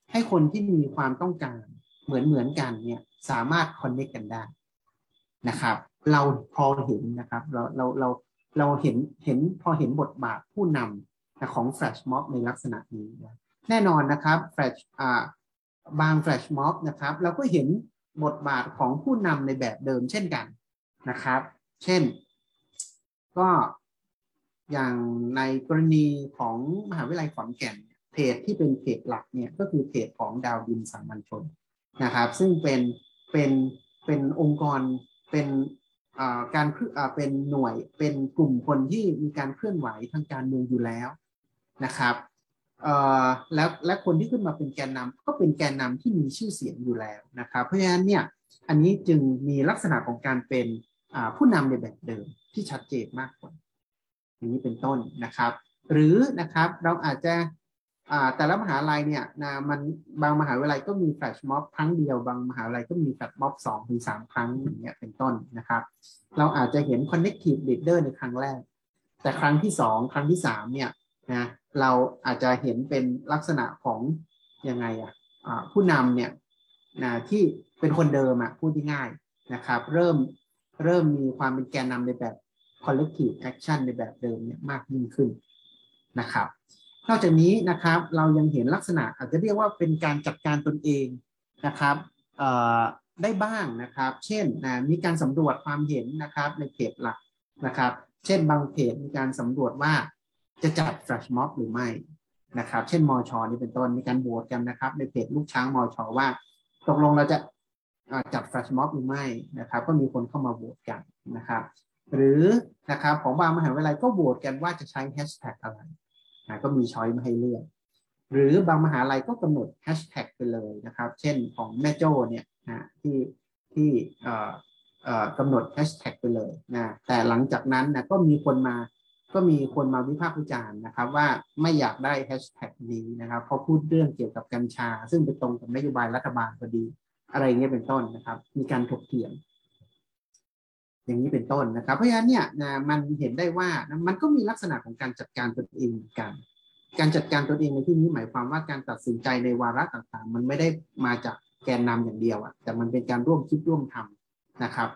ให้คนที่มีความต้องการเหมือนกันเนี่ยสามารถคอนเนคกันได้นะครับเราพอเห็นนะครับเราเห็นพอเห็นบทบาทผู้นำของแฟลชม็อบในลักษณะนี้นะแน่นอนนะครับบางแฟลชม็อบนะครับเราก็เห็นบทบาทของผู้นำในแบบเดิมเช่นกันนะครับเช่นก็อย่างในกรณีของมหาวิทยาลัยขอนแก่นเพจที่เป็นเพจหลักเนี่ยก็คือเพจของดาวดินสามัญชนนะครับซึ่งเป็นองค์กรเป็นเป็นหน่วยเป็นกลุ่มคนที่มีการเคลื่อนไหวทางการเมืองอยู่แล้วนะครับและคนที่ขึ้นมาเป็นแกนนำก็เป็นแกนนำที่มีชื่อเสียงอยู่แล้วนะครับเพราะฉะนั้นเนี่ยอันนี้จึงมีลักษณะของการเป็นผู้นำในแบบเดิมที่ชัดเจนมากกว่าอย่างนี้เป็นต้นนะครับหรือนะครับเราอาจจะแต่ละมหาลัยเนี่ยนะมันบางมหาวิทยาลัยก็มีแฟลชม็อบครั้งเดียวบางมหาวิทยาลัยก็มีแฟลชม็อบ2-3 ครั้งอย่างเงี้ยเป็นต้นนะครับเราอาจจะเห็น connective leader ในครั้งแรกแต่ครั้งที่2ครั้งที่3เนี่ยนะเราอาจจะเห็นเป็นลักษณะของยังไงผู้นำเนี่ยนะที่เป็นคนเดิมพูดง่ายๆนะครับเริ่มมีความเป็นแกนนำในแบบ collective action ในแบบเดิมเนี่ยมากยิ่งขึ้นนะครับนอกจากนี้นะครับเรายังเห็นลักษณะอาจจะเรียกว่าเป็นการจัดการตนเองนะครับได้บ้างนะครับเช่นมีการสำรวจความเห็นนะครับในเพจหลักนะครับเช่นบางเพจมีการสำรวจว่าจะจัดแฟลชม็อบหรือไม่นะครับเช่นมช.นี่เป็นต้นมีการโหวตกันนะครับในเพจลูกช้างมช.ว่าตกลงเราจะจัดแฟลชม็อบหรือไม่นะครับก็มีคนเข้ามาโหวตกันนะครับหรือนะครับของบางมหาวิทยาลัยก็โหวตกันว่าจะใช้แฮชแท็กอะไรก็มีช้อยมาให้เลือกหรือบางมหาลัยก็กำหนดแฮชแท็กไปเลยนะครับเช่นของแม่โจ้เนี่ยที่กำหนดแฮชแท็กไปเลยนะแต่หลังจากนั้นนะก็มีคนมาวิพากษ์วิจารณ์นะครับว่าไม่อยากได้แฮชแท็กนี้นะครับเพราะพูดเรื่องเกี่ยวกับกัญชาซึ่งไปตรงกับนโยบายรัฐบาลพอดีอะไรเงี้ยเป็นต้นนะครับมีการถกเถียงอย่างนี้เป็นต้นนะครับเพราะฉะนั้นเนี่ยมันเห็นได้ว่ามันก็มีลักษณะของการจัดการตนเองเหมือนกันการจัดการตนเองในที่นี้หมายความว่าการตัดสินใจในวาระต่างๆมันไม่ได้มาจากแกนนำอย่างเดียวแต่มันเป็นการร่วมคิดร่วมทำนะครับ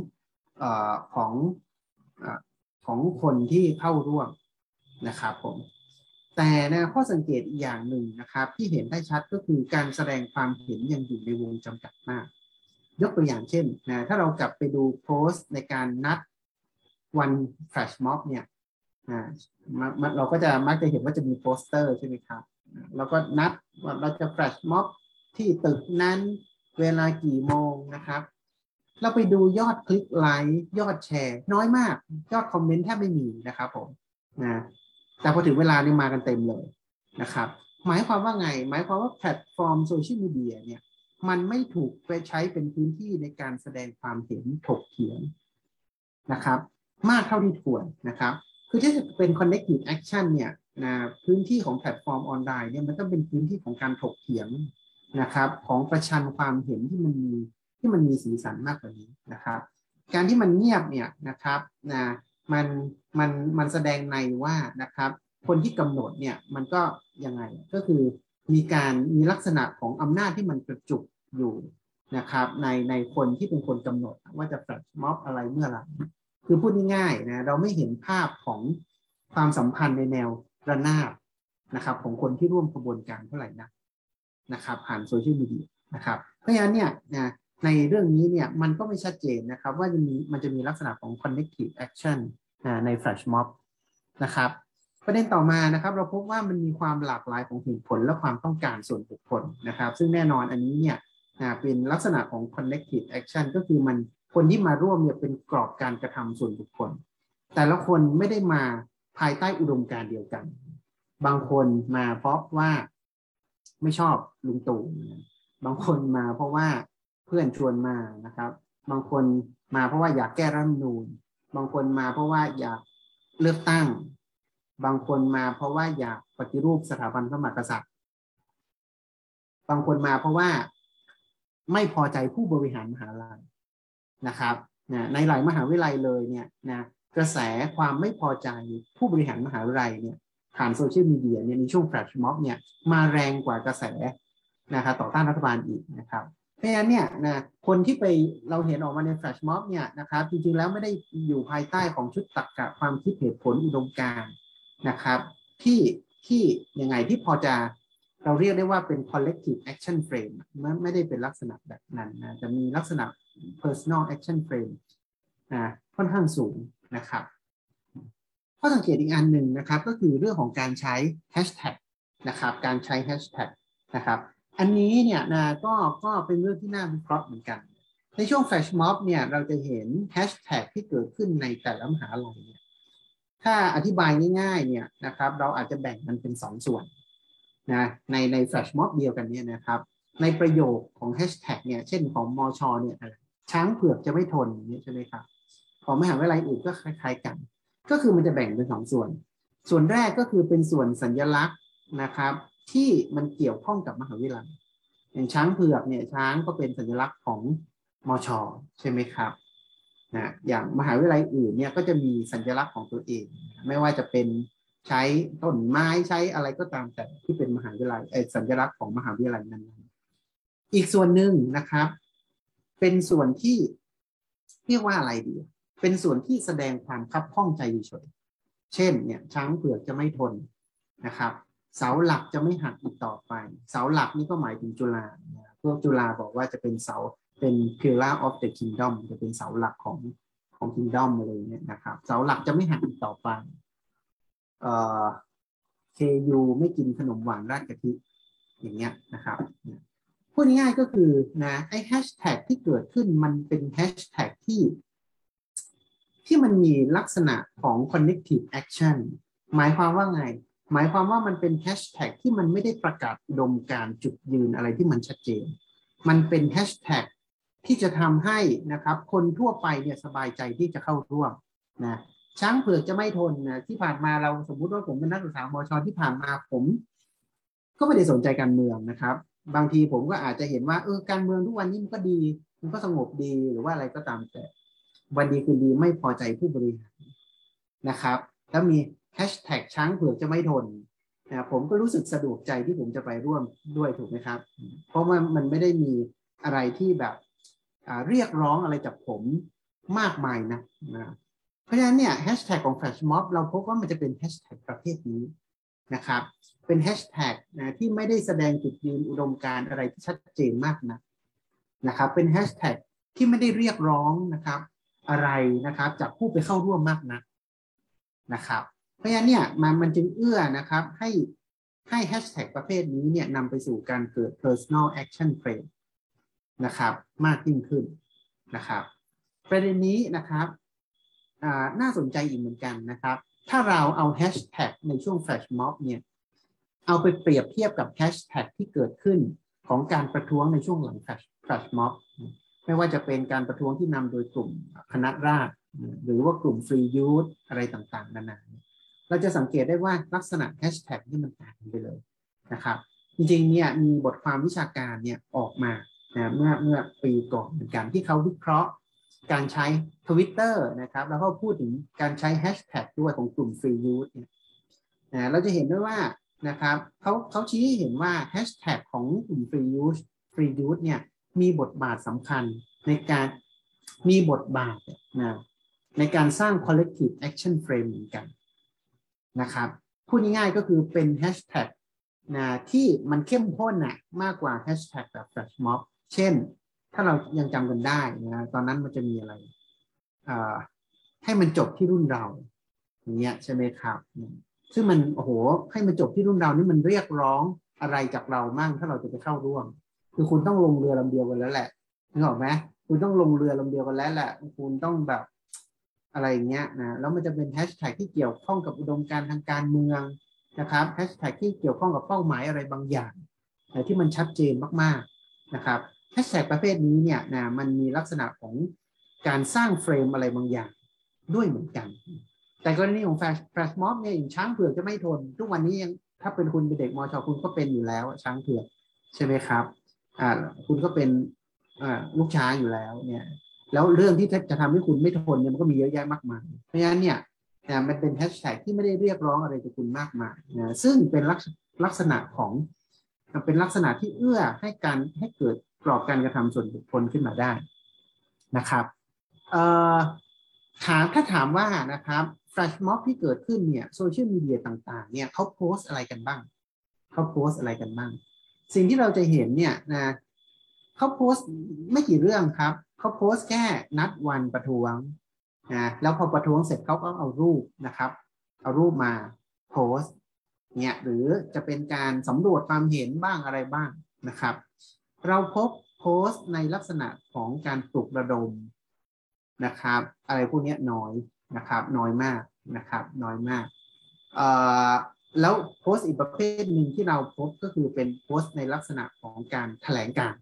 ของคนที่เข้าร่วมนะครับผมแต่ข้อสังเกตอีกอย่างหนึ่งนะครับที่เห็นได้ชัดก็คือการแสดงความเห็นยังอยู่ในวงจำกัดมากยกตัวอย่างเช่นถ้าเรากลับไปดูโพสต์ในการนัดวันแฟลชม็อบเนี่ยเราก็จะมักจะเห็นว่าจะมีโปสเตอร์ใช่ไหมครับเราก็นัดว่าเราจะแฟลชม็อบที่ตึกนั้นเวลากี่โมงนะครับเราไปดูยอดคลิกไลค์ยอดแชร์น้อยมากยอดคอมเมนต์แทบไม่มีนะครับผมแต่พอถึงเวลานี่มากันเต็มเลยนะครับหมายความว่าไงหมายความว่าแพลตฟอร์มโซเชียลมีเดียเนี่ยมันไม่ถูกไปใช้เป็นพื้นที่ในการแสดงความเห็นถกเถียงนะครับมากเท่าที่ควรนะครับคือถ้าจะเป็น connective action เนี่ยพื้นที่ของแพลตฟอร์มออนไลน์เนี่ยมันต้องเป็นพื้นที่ของการถกเถียงนะครับของประชันความเห็นที่มันมีสีสันมากกว่านี้นะครับการที่มันเงียบเนี่ยนะครับมันแสดงในว่านะครับคนที่กำหนดเนี่ยมันก็ยังไงก็คือมีลักษณะของอำนาจที่มันกระจุกอยู่นะครับในคนที่เป็นคนกำหนดว่าจะแฟลชม็อบอะไรเมื่อไหร่คือพูดง่ายๆเราไม่เห็นภาพของความสัมพันธ์ในแนวระนาบนะครับของคนที่ร่วมขบวนการเท่าไหร่นะครับผ่านโซเชียลมีเดียนะครับเพราะฉะนั้นเนี่ยในเรื่องนี้เนี่ยมันก็ไม่ชัดเจนนะครับว่ามันจะมีลักษณะของ connective action ใน flash mob นะครับประเด็นต่อมานะครับเราพบว่ามันมีความหลากหลายของเหตุผลและความต้องการส่วนบุคคลนะครับซึ่งแน่นอนอันนี้เนี่ยเป็นลักษณะของ connective action ก็คือคนที่มาร่วมเนี่ยเป็นกรอบการกระทำส่วนบุคคลแต่ละคนไม่ได้มาภายใต้อุดมการณ์เดียวกันบางคนมาเพราะว่าไม่ชอบลุงตู่บางคนมาเพราะว่าเพื่อนชวนมานะครับบางคนมาเพราะว่าอยากแก้รัฐธรรมนูญบางคนมาเพราะว่าอยากเลือกตั้งบางคนมาเพราะว่าอยากปฏิรูปสถาบันพระมหากษัตริย์บางคนมาเพราะว่าไม่พอใจผู้บริหารมหาวิทยาลัยนะครับในหลายมหาวิทยาลัยเลยเนี่ยกระแสความไม่พอใจผู้บริหารมหาวิทยาลัยเนี่ยผ่านโซเชียลมีเดียเนี่ยในช่วงแฟลชม็อบเนี่ยมาแรงกว่ากระแสนะครับต่อต้านรัฐบาลอีกนะครับเพราะฉะนั้นเนี่ยนะคนที่ไปเราเห็นออกมาในแฟลชม็อบเนี่ยนะครับจริงๆแล้วไม่ได้อยู่ภายใต้ของชุดตรรกะความคิดเหตุผลอุดมการณ์นะครับที่ยังไงที่พอจะเราเรียกได้ว่าเป็น collective action frame ไม่ได้เป็นลักษณะแบบนั้นนะจะมีลักษณะ personal action frame ค่อนข้างสูงนะครับข้อสังเกตอีกอันหนึ่งนะครับก็คือเรื่องของการใช้แฮชแท็กนะครับการใช้แฮชแท็กนะครับอันนี้เนี่ยนะก็เป็นเรื่องที่น่าวิเคราะห์เหมือนกันในช่วงแฟลชม็อบเนี่ยเราจะเห็นแฮชแท็กที่เกิดขึ้นในแต่ละมหาลัยเนี่ยถ้าอธิบายง่ายๆเนี่ยนะครับเราอาจจะแบ่งมันเป็น2ส่วนนะในแฟลชม็อบเดียวกันเนี่ยนะครับในประโยคของแฮชแท็กเนี่ยเช่นของมชเนี่ยช้างเผือกจะไม่ทนเนี่ยใช่ไหมครับของมหาวิทยาลัยอื่นก็คล้ายๆกันก็คือมันจะแบ่งเป็น2ส่วนส่วนแรกก็คือเป็นส่วนสัญลักษณ์นะครับที่มันเกี่ยวข้องกับมหาวิทยาลัยอย่างช้างเผือกเนี่ยช้างก็เป็นสัญลักษณ์ของมช.ใช่ไหมครับนะอย่างมหาวิทยาลัยอื่นเนี่ยก็จะมีสัญลักษณ์ของตัวเองไม่ว่าจะเป็นใช้ต้นไม้ใช้อะไรก็ตามแต่ที่เป็นมหาวิทยาลัยสัญลักษณ์ของมหาวิทยาลัยนั้นๆอีกส่วนหนึ่งนะครับเป็นส่วนที่เรียกว่าอะไรดีเป็นส่วนที่แสดงความคับข้องใจเฉยเช่นเนี่ยช้างเผือกจะไม่ทนนะครับเสาหลักจะไม่หักอีกต่อไปเสาหลักนี่ก็หมายถึงจุฬาพวกจุฬาบอกว่าจะเป็นเสาเป็น pillar of the kingdom จะเป็นเสาหลักของ kingdom อะไรเนี่ยนะครับเสาหลักจะไม่หักอีกต่อไปKU ไม่กินขนมหวานราดกะทิอย่างเงี้ยนะครับพูดง่ายๆก็คือนะไอ้แฮชแท็กที่เกิดขึ้นมันเป็นแฮชแท็กที่มันมีลักษณะของ connective action หมายความว่าไงหมายความว่ามันเป็นแฮชแท็กที่มันไม่ได้ประกาศอุดมการณ์จุดยืนอะไรที่มันชัดเจนมันเป็นแฮชแท็กที่จะทำให้นะครับคนทั่วไปเนี่ยสบายใจที่จะเข้าร่วมนะช้างเผือกจะไม่ทนนะที่ผ่านมาเราสมมุติว่าผมเป็นนักศึกษามช.ที่ผ่านมาผมก็ไม่ได้สนใจการเมืองนะครับบางทีผมก็อาจจะเห็นว่าการเมืองทุกวันนี้มันก็ดีมันก็สงบดีหรือว่าอะไรก็ตามแต่วันดีคืนดีไม่พอใจผู้บริหารนะครับแล้วมีแฮชแท็กช้างเผือกจะไม่ทนนะผมก็รู้สึกสะดวกใจที่ผมจะไปร่วมด้วยถูกไหมครับเพราะว่ามันไม่ได้มีอะไรที่แบบเรียกร้องอะไรจากผมมากมายนะเพราะฉะนั้นเนี่ยแฮชแท็กของแฟลชม็อบเราพบว่ามันจะเป็นแฮชแท็กประเภทนี้นะครับเป็นแฮชแท็กนะที่ไม่ได้แสดงจุดยืนอุดมการณ์อะไรที่ชัดเจนมากนะครับเป็นแฮชแท็กที่ไม่ได้เรียกร้องนะครับอะไรนะครับจากผู้ไปเข้าร่วมมากนะครับเพราะฉะนั้นเนี่ยมันจึงเอื้อนะครับให้แฮชแท็กประเภทนี้เนี่ยนำไปสู่การเกิด personal action frame นะครับมากยิ่งขึ้นนะครับประเด็นนี้นะครับน่าสนใจอีกเหมือนกันนะครับถ้าเราเอาแฮชแท็กในช่วงแฟลชม็อบเนี่ยเอาไปเปรียบเทียบกับแฮชแท็กที่เกิดขึ้นของการประท้วงในช่วงหลังแฟลชม็อบไม่ว่าจะเป็นการประท้วงที่นำโดยกลุ่มคณะราษฎรหรือว่ากลุ่มฟรียูธอะไรต่างๆนานาเราจะสังเกตได้ว่าลักษณะแฮชแท็กนี่มันต่างกันไปเลยนะครับจริงๆเนี่ยมีบทความวิชาการเนี่ยออกมาเมื่อปีก่อนเหมือนกันที่เขาวิเคราะห์การใช้ Twitter นะครับแล้วก็พูดถึงการใช้แฮชแท็กด้วยของกลุ่มฟรียูธเนี่ยเราจะเห็นได้ว่านะครับเขาชี้ให้เห็นว่าแฮชแท็กของกลุ่มฟรียูธเนี่ยมีบทบาทสำคัญในการมีบทบาทในการสร้าง collective action frame เหมือนกันนะครับพูดง่ายๆก็คือเป็นแฮชแท็กที่มันเข้มข้นมากกว่าแฮชแท็กแบบ flash mob เช่นถ้าเรายังจำกันได้นะตอนนั้นมันจะมีอะไรให้มันจบที่รุ่นเราอย่างเงี้ยใช่ไหมครับซึ่งมันโอ้โหให้มันจบที่รุ่นเรานี่มันเรียกร้องอะไรจากเรามั่งถ้าเราจะไปเข้าร่วมคือคุณต้องลงเรือลำเดียวกันแล้วแหละนึกออกไหมคุณต้องลงเรือลำเดียวกันแล้วแหละคุณต้องแบบอะไรอย่างเงี้ยนะแล้วมันจะเป็นแฮชแท็กที่เกี่ยวข้องกับอุดมการณ์ทางการเมืองนะครับแฮชแท็กที่เกี่ยวข้องกับเป้าหมายอะไรบางอย่างที่มันชัดเจนมากๆนะครับแฮชแท็กประเภทนี้เนี่ยนะมันมีลักษณะของการสร้างเฟรมอะไรบางอย่างด้วยเหมือนกันแต่กรณีของแฟลชม็อบเนี่ยอย่างช้างเผือกจะไม่ทนทุกวันนี้ยังถ้าเป็นคุณเป็นเด็กมช.คุณก็เป็นอยู่แล้วช้างเผือกใช่ไหมครับคุณก็เป็นลูกช้างอยู่แล้วเนี่ยแล้วเรื่องที่จะทำให้คุณไม่ทนเนี่ยมันก็มีเยอะแยะมากมายเพราะฉะนั้นเนี่ยมันเป็นแฮชแท็กที่ไม่ได้เรียกร้องอะไรจากคุณมากมายนะซึ่งเป็นลักษณะของเป็นลักษณะที่เอื้อให้เกิดกรอบการกระทำส่วนบุคคลขึ้นมาได้นะครับเอ่อถ้าถามว่านะครับแฟลชม็อบที่เกิดขึ้นเนี่ยโซเชียลมีเดียต่างๆเนี่ยเขาโพสต์อะไรกันบ้างสิ่งที่เราจะเห็นเนี่ยนะเขาโพสต์ไม่กี่เรื่องครับเขาโพสต์แค่นัดวันประท้วงนะแล้วพอประท้วงเสร็จเขาก็เอารูปนะครับเอารูปมาโพสต์เนี่ยหรือจะเป็นการสำรวจความเห็นบ้างอะไรบ้างนะครับเราพบโพสต์ในลักษณะของการปลุกระดมนะครับอะไรพวกนี้น้อยนะครับน้อยมากนะครับน้อยมากแล้วโพสต์อีกประเภทหนึ่งที่เราพบก็คือเป็นโพสต์ในลักษณะของการแถลงการ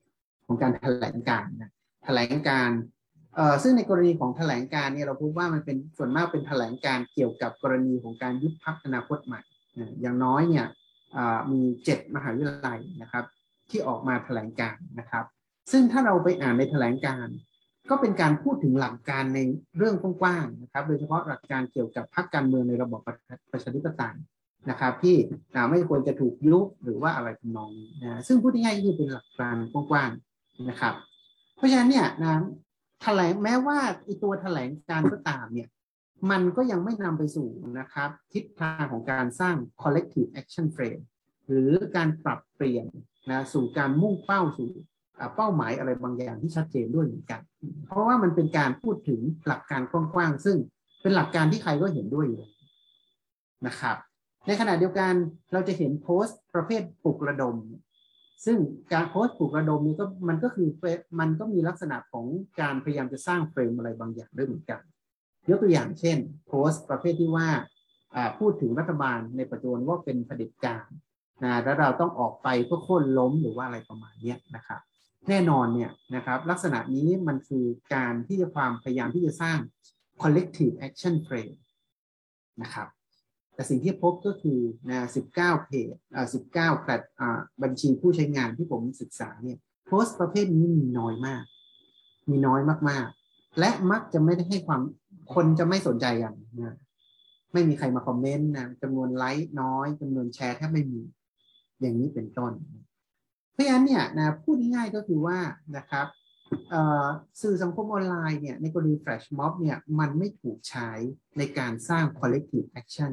นะแถลงการซึ่งในกรณีของแถลงการเนี่ยเราพบว่ามันเป็นส่วนมากเป็นแถลงการเกี่ยวกับกรณีของการยุบพรรคอนาคตใหม่อย่างน้อยเนี่ยมี7 มหาวิทยาลัยนะครับที่ออกมาแถลงการนะครับซึ่งถ้าเราไปอ่านในแถลงการก็เป็นการพูดถึงหลักการในเรื่องกว้างๆนะครับโดยเฉพาะหลักการเกี่ยวกับพรรคการเมืองในระบอบประชาธิปไตยนะครับที่ไม่ควรจะถูกยุบหรือว่าอะไรทำนองนี้นะซึ่งพูดง่ายๆคือเป็นหลักการกว้างๆนะครับเพราะฉะนั้นเนี่ยนะแถลงแม้ว่าตัวแถลงการก็ตามเนี่ยมันก็ยังไม่นำไปสู่นะครับทิศทางของการสร้าง collective action frame หรือการปรับเปลี่ยนนะสู่การมุ่งเป้าสู่เป้าหมายอะไรบางอย่างที่ชัดเจนด้วยเหมือนกันเพราะว่ามันเป็นการพูดถึงหลักการกว้างๆซึ่งเป็นหลักการที่ใครก็เห็นด้วยอยู่นะครับในขณะเดียวกันเราจะเห็นโพสต์ประเภทปลุกระดมซึ่งการโพสต์ปลุกระดมนี้มันก็มีลักษณะของการพยายามจะสร้างเฟรมอะไรบางอย่างด้วยเหมือนกันยกตัวอย่างเช่นโพสต์ประเภทที่ว่าพูดถึงรัฐบาลในปัจจุบันว่าเป็นเผด็จการแล้วเราต้องออกไปเพื่อโค่นล้มหรือว่าอะไรประมาณนี้นะครับแน่นอนเนี่ยนะครับลักษณะนี้มันคือการที่จะพยายามที่จะสร้าง collective action frame นะครับแต่สิ่งที่พบก็คือ19เพจ19แพลตบัญชีผู้ใช้งานที่ผมศึกษาเนี่ยโพสต์ประเภทนี้มีน้อยมากๆและมักจะไม่ได้ให้ความคนจะไม่สนใจกันนะไม่มีใครมาคอมเมนต์นะจำนวนไลค์น้อยจำนวนแชร์แทบไม่มีอย่างนี้เป็นต้นเพราะฉะนั้นเนี่ยนะพูดง่ายๆก็คือว่านะครับสื่อสังคมออนไลน์เนี่ยในกรณีแฟลชม็อบเนี่ยมันไม่ถูกใช้ในการสร้าง collective action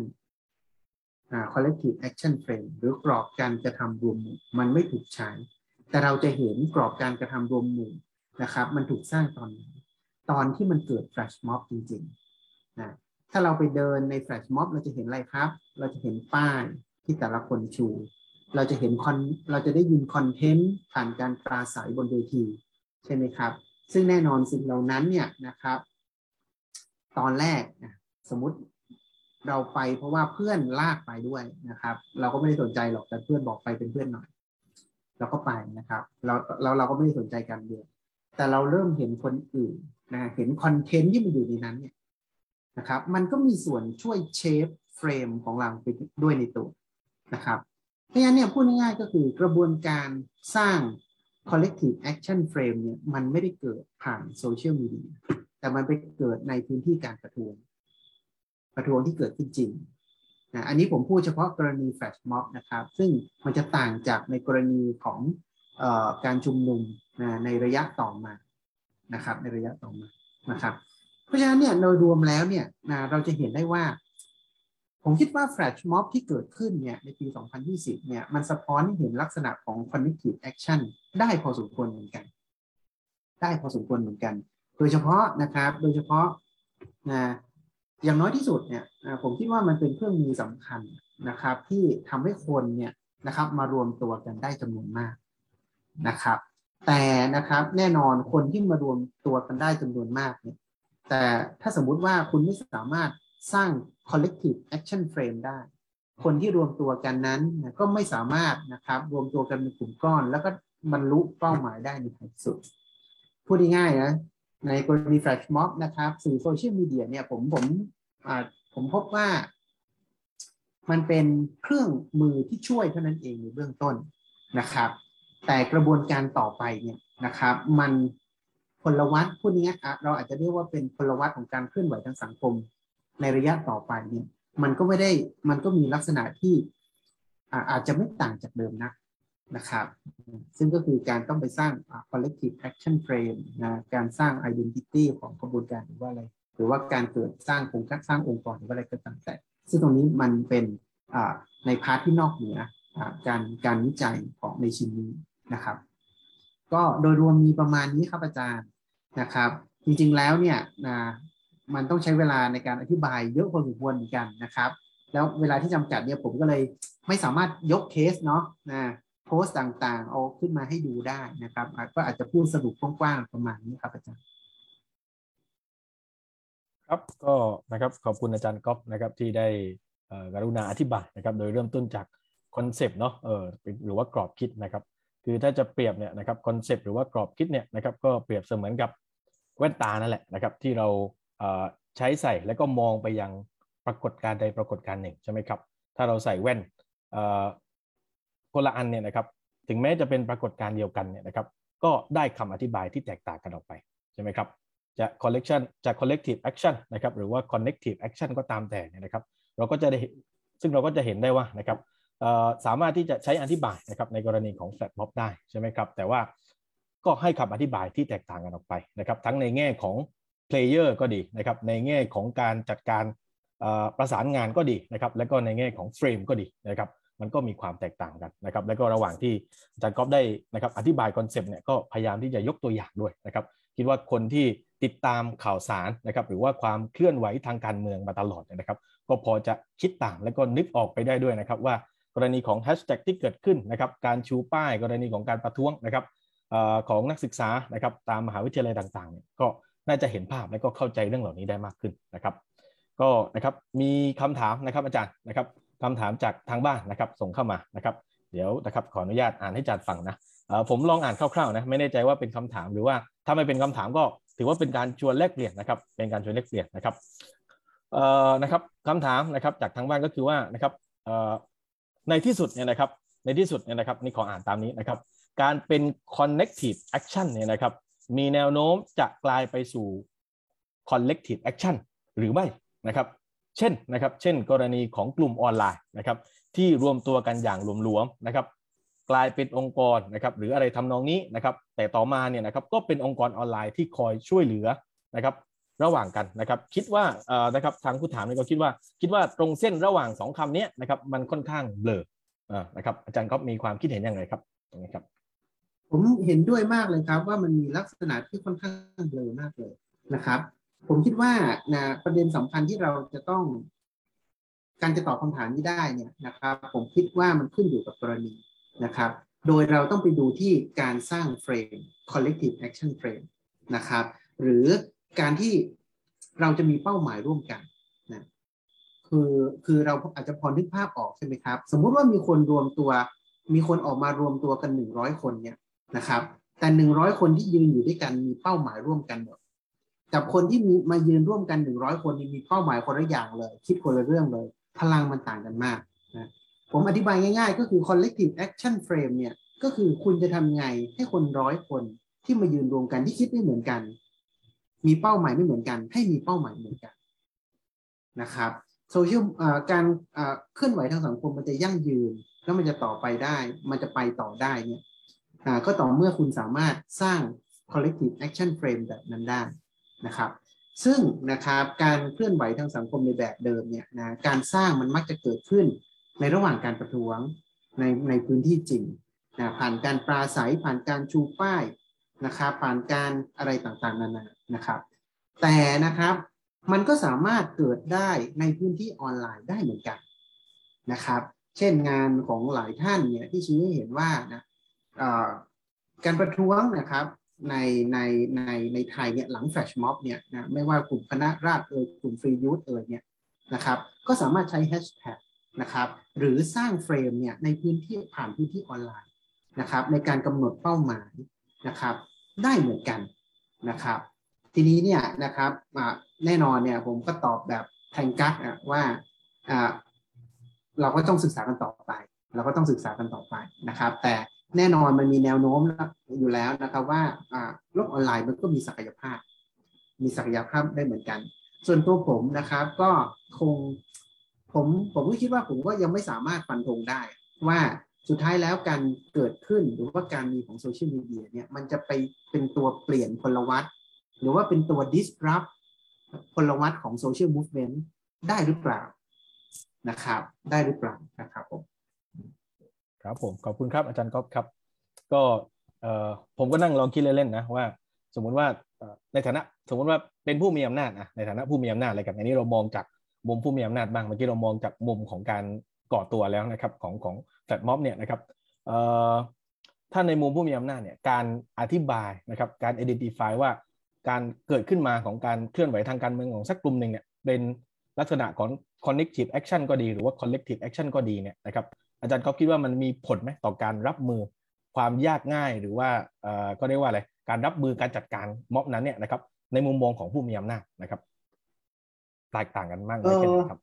collective action frame หรือกรอบการกระทำรวมหมู่มันไม่ถูกใช้แต่เราจะเห็นกรอบการกระทำรวมหมู่นะครับมันถูกสร้างตอนที่มันเกิดแฟลชม็อบจริงๆนะถ้าเราไปเดินในแฟลชม็อบเราจะเห็นอะไรครับเราจะเห็นป้ายที่แต่ละคนชูเราจะได้ยินคอนเทนต์ผ่านการปราศัยบนเวทีใช่ไหมครับซึ่งแน่นอนสิ่งเหล่านั้นเนี่ยนะครับตอนแรกสมมุติเราไปเพราะว่าเพื่อนลากไปด้วยนะครับเราก็ไม่ได้สนใจหรอกแต่เพื่อนบอกไปเป็นเพื่อนหน่อยเราก็ไปนะครับเราก็ไม่ได้สนใจการเมืองแต่เราเริ่มเห็นคนอื่นเห็นคอนเทนต์ที่มันอยู่ในนั้นเนี่ยนะครับมันก็มีส่วนช่วยเชฟเฟรมของเราไปด้วยในตัวนะครับเพราะฉะนั้นเนี่ยพูดง่ายๆก็คือกระบวนการสร้าง collective action frame เนี่ยมันไม่ได้เกิดผ่านโซเชียลมีเดียแต่มันไปเกิดในพื้นที่การประท้วงที่เกิดขึ้นจริงอันนี้ผมพูดเฉพาะกรณีแฟลชม็อบนะครับซึ่งมันจะต่างจากในกรณีของการชุมนุมในระยะต่อมานะครับในระยะต่อมานะครับเพราะฉะนั้นเนี่ยโดยรวมแล้วเนี่ยเราจะเห็นได้ว่าผมคิดว่าแฟลชม็อบที่เกิดขึ้นเนี่ยในปี 2020 เนี่ยมันสะท้อนให้เห็นลักษณะของ collective action ได้พอสมควรเหมือนกันโดยเฉพาะนะครับอย่างน้อยที่สุดเนี่ยผมคิดว่ามันเป็นเครื่องมือสำคัญนะครับที่ทำให้คนเนี่ยนะครับมารวมตัวกันได้จำนวนมากนะครับแต่นะครับแน่นอนคนที่มารวมตัวกันได้จำนวนมากเนี่ยแต่ถ้าสมมุติว่าคุณไม่สามารถสร้าง collective action frame ได้คนที่รวมตัวกันนั้นก็ไม่สามารถนะครับรวมตัวกันเป็นกลุ่มก้อนแล้วก็บรรลุเป้าหมายได้ในที่สุดพูดง่ายๆนะในกรณีแฟลชม็อบนะครับสื่อโซเชียลมีเดียเนี่ยผมพบว่ามันเป็นเครื่องมือที่ช่วยเท่านั้นเองในเบื้องต้นนะครับแต่กระบวนการต่อไปเนี่ยนะครับมันพลวัตพวกนี้เราอาจจะเรียกว่าเป็นพลวัตของการเคลื่อนไหวทางสังคมในระยะต่อไปเนี่ยมันก็มีลักษณะที่อาจจะไม่ต่างจากเดิมนักนะครับซึ่งก็คือการต้องไปสร้าง collective action frame นะการสร้าง identity ของกระบวนการหรือว่าอะไรหรือว่าการเกิดสร้างโครงสร้างองค์กรหรือว่าอะไรก็ตามแต่ซึ่งตรงนี้มันเป็นในพาร์ทที่นอกเหนือการวิจัยของในชิ้นนี้นะครับก็โดยรวมมีประมาณนี้ครับอาจารย์นะครับจริงๆแล้วเนี่ยมันต้องใช้เวลาในการอธิบายเยอะพอสมควรเหมือนกันนะครับแล้วเวลาที่จำกัดเนี่ยผมก็เลยไม่สามารถยกเคสเนาะโพสต์ต่างๆเอาขึ้นมาให้ดูได้นะครับก็อาจจะพูดสรุปกว้างๆประมาณนี้ครับอาจารย์ครับก็นะครับขอบคุณอาจารย์ก๊อฟนะครับที่ได้กรุณาอธิบายนะครับโดยเริ่มต้นจากคอนเซปต์เนาะหรือว่ากรอบคิดนะครับคือถ้าจะเปรียบเนี่ยนะครับคอนเซปต์หรือว่ากรอบคิดเนี่ยนะครับก็เปรียบเสมือนกับแว่นตานั่นแหละนะครับที่เราใช้ใส่แล้วก็มองไปยังปรากฏการณ์ใดปรากฏการณ์หนึ่งใช่ไหมครับถ้าเราใส่แว่นคนละอันเนี่ยนะครับถึงแม้จะเป็นปรากฏการณ์เดียวกันเนี่ยนะครับก็ได้คำอธิบายที่แตกต่างกันออกไปใช่ไหมครับจะ collective action นะครับหรือว่า connective action ก็ตามแต่นะครับเราก็จะได้ซึ่งเราก็จะเห็นได้ว่านะครับสามารถที่จะใช้อธิบายนะครับในกรณีของ flat mob ได้ใช่ไหมครับแต่ว่าก็ให้คำอธิบายที่แตกต่างกันออกไปนะครับทั้งในแง่ของ player ก็ดีนะครับในแง่ของการจัดการประสานงานก็ดีนะครับและก็ในแง่ของเฟรมก็ดีนะครับมันก็มีความแตกต่างกันนะครับและก็ระหว่างที่อาจารย์ก๊อฟได้นะครับอธิบายคอนเซปต์เนี่ยก็พยายามที่จะยกตัวอย่างด้วยนะครับคิดว่าคนที่ติดตามข่าวสารนะครับหรือว่าความเคลื่อนไหวทางการเมืองมาตลอดนะครับก็พอจะคิดตามและก็นึกออกไปได้ด้วยนะครับว่ากรณีของแฮชแท็กที่เกิดขึ้นนะครับการชูป้ายกรณีของการประท้วงนะครับของนักศึกษานะครับตามมหาวิทยาลัยต่างๆก็น่าจะเห็นภาพและก็เข้าใจเรื่องเหล่านี้ได้มากขึ้นนะครับก็นะครับมีคำถามนะครับอาจารย์นะครับคำถามจากทางบ้านนะครับส่งเข้ามานะครับเดี๋ยวนะครับขออนุญาตอ่านให้อาจารย์ฟังนะผมลองอ่านคร่าวๆนะไม่แน่ใจว่าเป็นคำถามหรือว่าถ้าไม่เป็นคำถามก็ถือว่าเป็นการชวนแลกเปลี่ยนนะครับเป็นการชวนแลกเปลี่ยนนะครับนะครับคำถามนะครับจากทางบ้านก็คือว่านะครับในที่สุดเนี่ยนะครับนี่ขออ่านตามนี้นะครับการเป็น connective action เนี่ยนะครับมีแนวโน้มจะกลายไปสู่ collective action หรือไม่นะครับเช่นกรณีของกลุ่มออนไลน์นะครับที่รวมตัวกันอย่างหลวมๆนะครับกลายเป็นองค์กรนะครับหรืออะไรทำนองนี้นะครับแต่ต่อมาเนี่ยนะครับก็เป็นองค์กรออนไลน์ที่คอยช่วยเหลือนะครับระหว่างกันนะครับคิดว่านะครับทางผู้ถามนี่ก็คิดว่าตรงเส้นระหว่างสองคำนี้นะครับมันค่อนข้างเบลอนะครับอาจารย์ก็มีความคิดเห็นอย่างไรครับตรงนี้ครับผมเห็นด้วยมากเลยครับว่ามันมีลักษณะที่ค่อนข้างเบลอมากเลยนะครับผมคิดว่าประเด็นสำคัญที่เราจะต้องการจะตอบคำถามนี้ได้เนี่ยนะครับผมคิดว่ามันขึ้นอยู่กับกรณีนะครับโดยเราต้องไปดูที่การสร้างเฟรม collective action frame นะครับหรือการที่เราจะมีเป้าหมายร่วมกันนะคือเราอาจจะพอนึกภาพออกใช่ไหมครับสมมุติว่ามีคนออกมารวมตัวกัน100คนเนี่ยนะครับแต่100คนที่ยืนอยู่ด้วยกันมีเป้าหมายร่วมกันหมดกับคนที่มายืนร่วมกัน100คนมีเป้าหมายคนละอย่างเลยคิดคนละเรื่องเลยพลังมันต่างกันมากนะผมอธิบายง่ายๆก็คือ collective action frame เนี่ยก็คือคุณจะทำไงให้คน100คนที่มายืนรวมกันที่คิดไม่เหมือนกันมีเป้าหมายไม่เหมือนกันให้มีเป้าหมายเหมือนกันนะครับโซเชียลการเคลื่อนไหวทางสังคมมันจะยั่งยืนแล้วมันจะต่อไปได้มันจะไปต่อได้เนี่ยก็ต่อเมื่อคุณสามารถสร้าง collective action frame แบบนั้นได้นะครับซึ่งนะครับการเคลื่อนไหวทางสังคมในแบบเดิมเนี่ยนะการสร้างมันมักจะเกิดขึ้นในระหว่างการประท้วงในพื้นที่จริงนะผ่านการปราศัยผ่านการชูป้ายนะครับผ่านการอะไรต่างๆนานานะครับแต่นะครับมันก็สามารถเกิดได้ในพื้นที่ออนไลน์ได้เหมือนกันนะครับเช่นงานของหลายท่านเนี่ยที่ชี้ให้เห็นว่านะการประท้วงนะครับในไทยเนี่ยหลังแฟลชม็อบเนี่ยนะไม่ว่ากลุ่มคณะราษฎรกลุ่มฟรียูธเนี่ยนะครับก็สามารถใช้แฮชแท็กนะครับหรือสร้างเฟรมเนี่ยในพื้นที่ผ่านพื้นที่ออนไลน์นะครับในการกำหนดเป้าหมายนะครับได้เหมือนกันนะครับทีนี้เนี่ยนะครับแน่นอนเนี่ยผมก็ตอบแบบแทงกั๊กว่าเราก็ต้องศึกษากันต่อไปนะครับแต่แน่นอนมันมีแนวโน้มอยู่แล้วนะครับว่าโลกออนไลน์มันก็มีศักยภาพได้เหมือนกันส่วนตัวผมนะครับก็คงผมก็คิดว่าผมก็ยังไม่สามารถฟันธงได้ว่าสุดท้ายแล้วการเกิดขึ้นหรือว่าการมีของโซเชียลมีเดียเนี่ยมันจะไปเป็นตัวเปลี่ยนพลวัตหรือว่าเป็นตัว disrupt พลวัตของโซเชียลมูฟเมนต์ได้หรือเปล่านะครับได้หรือเปล่านะครับผมครับผมขอบคุณครับอาจารย์ก๊อฟครับก็ผมก็นั่งลองคิดเล่นๆนะว่าสมมุติว่าในฐานะสมมุติว่าเป็นผู้มีอำนาจนะในฐานะผู้มีอำนาจอะไรกันอันนี้เรามองจากมุมผู้มีอำนาจบ้างเมื่อกี้เรามองจากมุมของการก่อตัวแล้วนะครับของแฟลตม็อบเนี่ยนะครับถ้าในมุมผู้มีอำนาจเนี่ยการอธิบายนะครับการ identify ว่าการเกิดขึ้นมาของการเคลื่อนไหวทางการเมืองของสักกลุ่มหนึ่งเนี่ยเป็นลักษณะของ connective action ก็ดีหรือว่า collective action ก็ดีเนี่ยนะครับอาจารย์ก็คิดว่ามันมีผลไหมต่อการรับมือความยากง่ายหรือว่าก็เรียกว่าอะไรการรับมือการจัดการม็อบนั้นเนี่ยนะครับในมุมมองของผู้มีอำนาจนะครับแตกต่างกันมากน้อยแค่ไหนครับ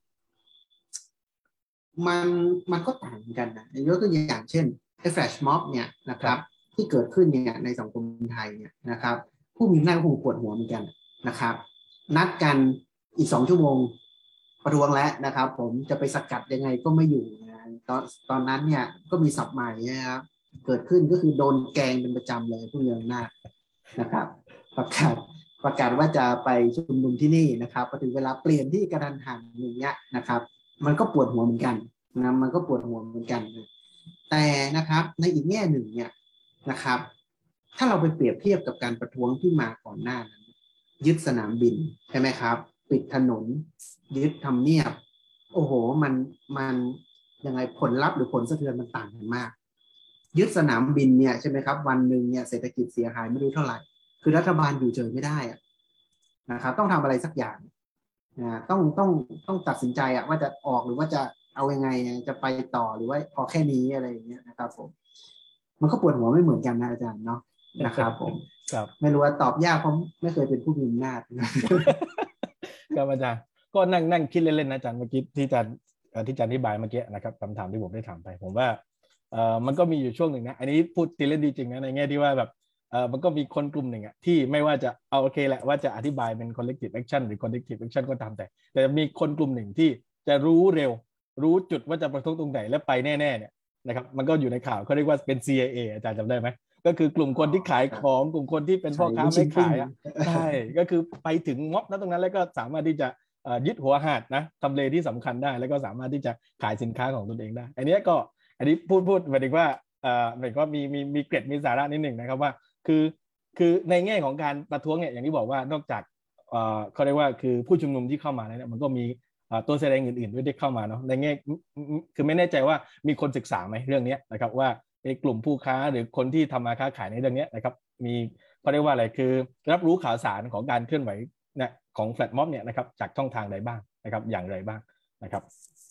มันก็ต่างกันนะยกตัวอย่างเช่นไอ้แฟลชม็อบเนี่ยนะครับที่เกิดขึ้นเนี่ยในสังคมไทยเนี่ยนะครับผู้มีอำนาจคงปวดหัวเหมือนกันนะครับนัดกันอีก2 ชั่วโมงประท้วงแล้วนะครับผมจะไปสกัดยังไงก็ไม่อยู่นะตอนนั้นเนี่ยก็มีศัพท์ใหม่นะครับเกิดขึ้นก็คือโดนแกงเป็นประจำเลยผู้มีอำนาจนะครับประกาศว่าจะไปชุมนุมที่นี่นะครับพอถึงเวลาเปลี่ยนที่กระทันหันอย่างเงี้ยนะครับมันก็ปวดหัวเหมือนกันนะมันก็ปวดหัวเหมือนกันแต่นะครับในอีกแง่หนึ่งเนี่ยนะครับถ้าเราไปเปรียบเทียบกับการประท้วงที่มาก่อนหน้านั้นยึดสนามบินใช่ไหมครับปิดถนนยึดทำเนียบโอ้โหมันยังไงผลลัพธ์หรือผลสะเทือนมันต่างกันมากยึดสนามบินเนี่ยใช่ไหมครับวันหนึ่งเนี่ยเศรษฐกิจเสียหายไม่รู้เท่าไหร่คือรัฐบาลอยู่เฉยไม่ได้นะครับต้องทำอะไรสักอย่างต้องตัดสินใจว่าจะออกหรือว่าจะเอายังไงจะไปต่อหรือว่าพอแค่นี้อะไรอย่างเงี้ยนะครับผมมันก็ปวดหัวไม่เหมือนกันนะอาจารย์เนาะนะครับผมไม่รู้ว่าตอบยากเพราะไม่เคยเป็นผู้มีอำนาจครับอาจารย์ก็นั่งคิดเล่นๆนะอาจารย์เมื่อกี้ที่อาจารย์อธิบายเมื่อกี้นะครับคำถามที่ผมได้ถามไปผมว่ามันก็มีอยู่ช่วงหนึ่งนะอันนี้พูดตีเล่นดีจริงนะในแง่ที่ว่าแบบมันก็มีคนกลุ่มหนึ่งที่ไม่ว่าจะเอาโอเคแหละว่าจะอธิบายเป็น collective action หรือ collective action ก็ตามแต่มีคนกลุ่มหนึ่งที่จะรู้เร็วรู้จุดว่าจะประท้วงตรงไหนและไปแน่ๆเนี่ยนะครับมันก็อยู่ในข่าวเขาเรียกว่าเป็น CIA อาจารย์จำได้ไหมก็คือกลุ่มคนที่ขายของกลุ่มคนที่เป็นพ่อค้าไม่ขายใช่ก็คือไปถึงม็อบนั้นตรงนั้นแล้วก็สามารถที่จะยึดหัวหาดนะทำเลที่สำคัญได้แล้วก็สามารถที่จะขายสินค้าของตนเองได้อันนี้พูดหมายถึงว่าหมายถึงว่ามีเกร็ดมีสาระนิดหนึ่งนะครับว่าคือในแง่ของการประท้วงเนี่ยอย่างที่บอกว่านอกจากเขาเรียกว่าคือผู้ชุมนุมที่เข้ามาเนี่ยมันก็มีตัวแสดงอื่นๆด้วยที่เข้ามาเนาะในแง่คือไม่แน่ใจว่ามีคนศึกษาไหมเรื่องนี้นะครับว่าในกลุ่มผู้ค้าหรือคนที่ทำมาค้าขายในเรื่องนี้นะครับมีเขาเรียกว่าอะไรคือรับรู้ข่าวสารของการเคลื่อนไหวเนี่ยของแฟลตม็อบเนี่ยนะครับจากช่องทางใดบ้างนะครับอย่างไรบ้างนะครับ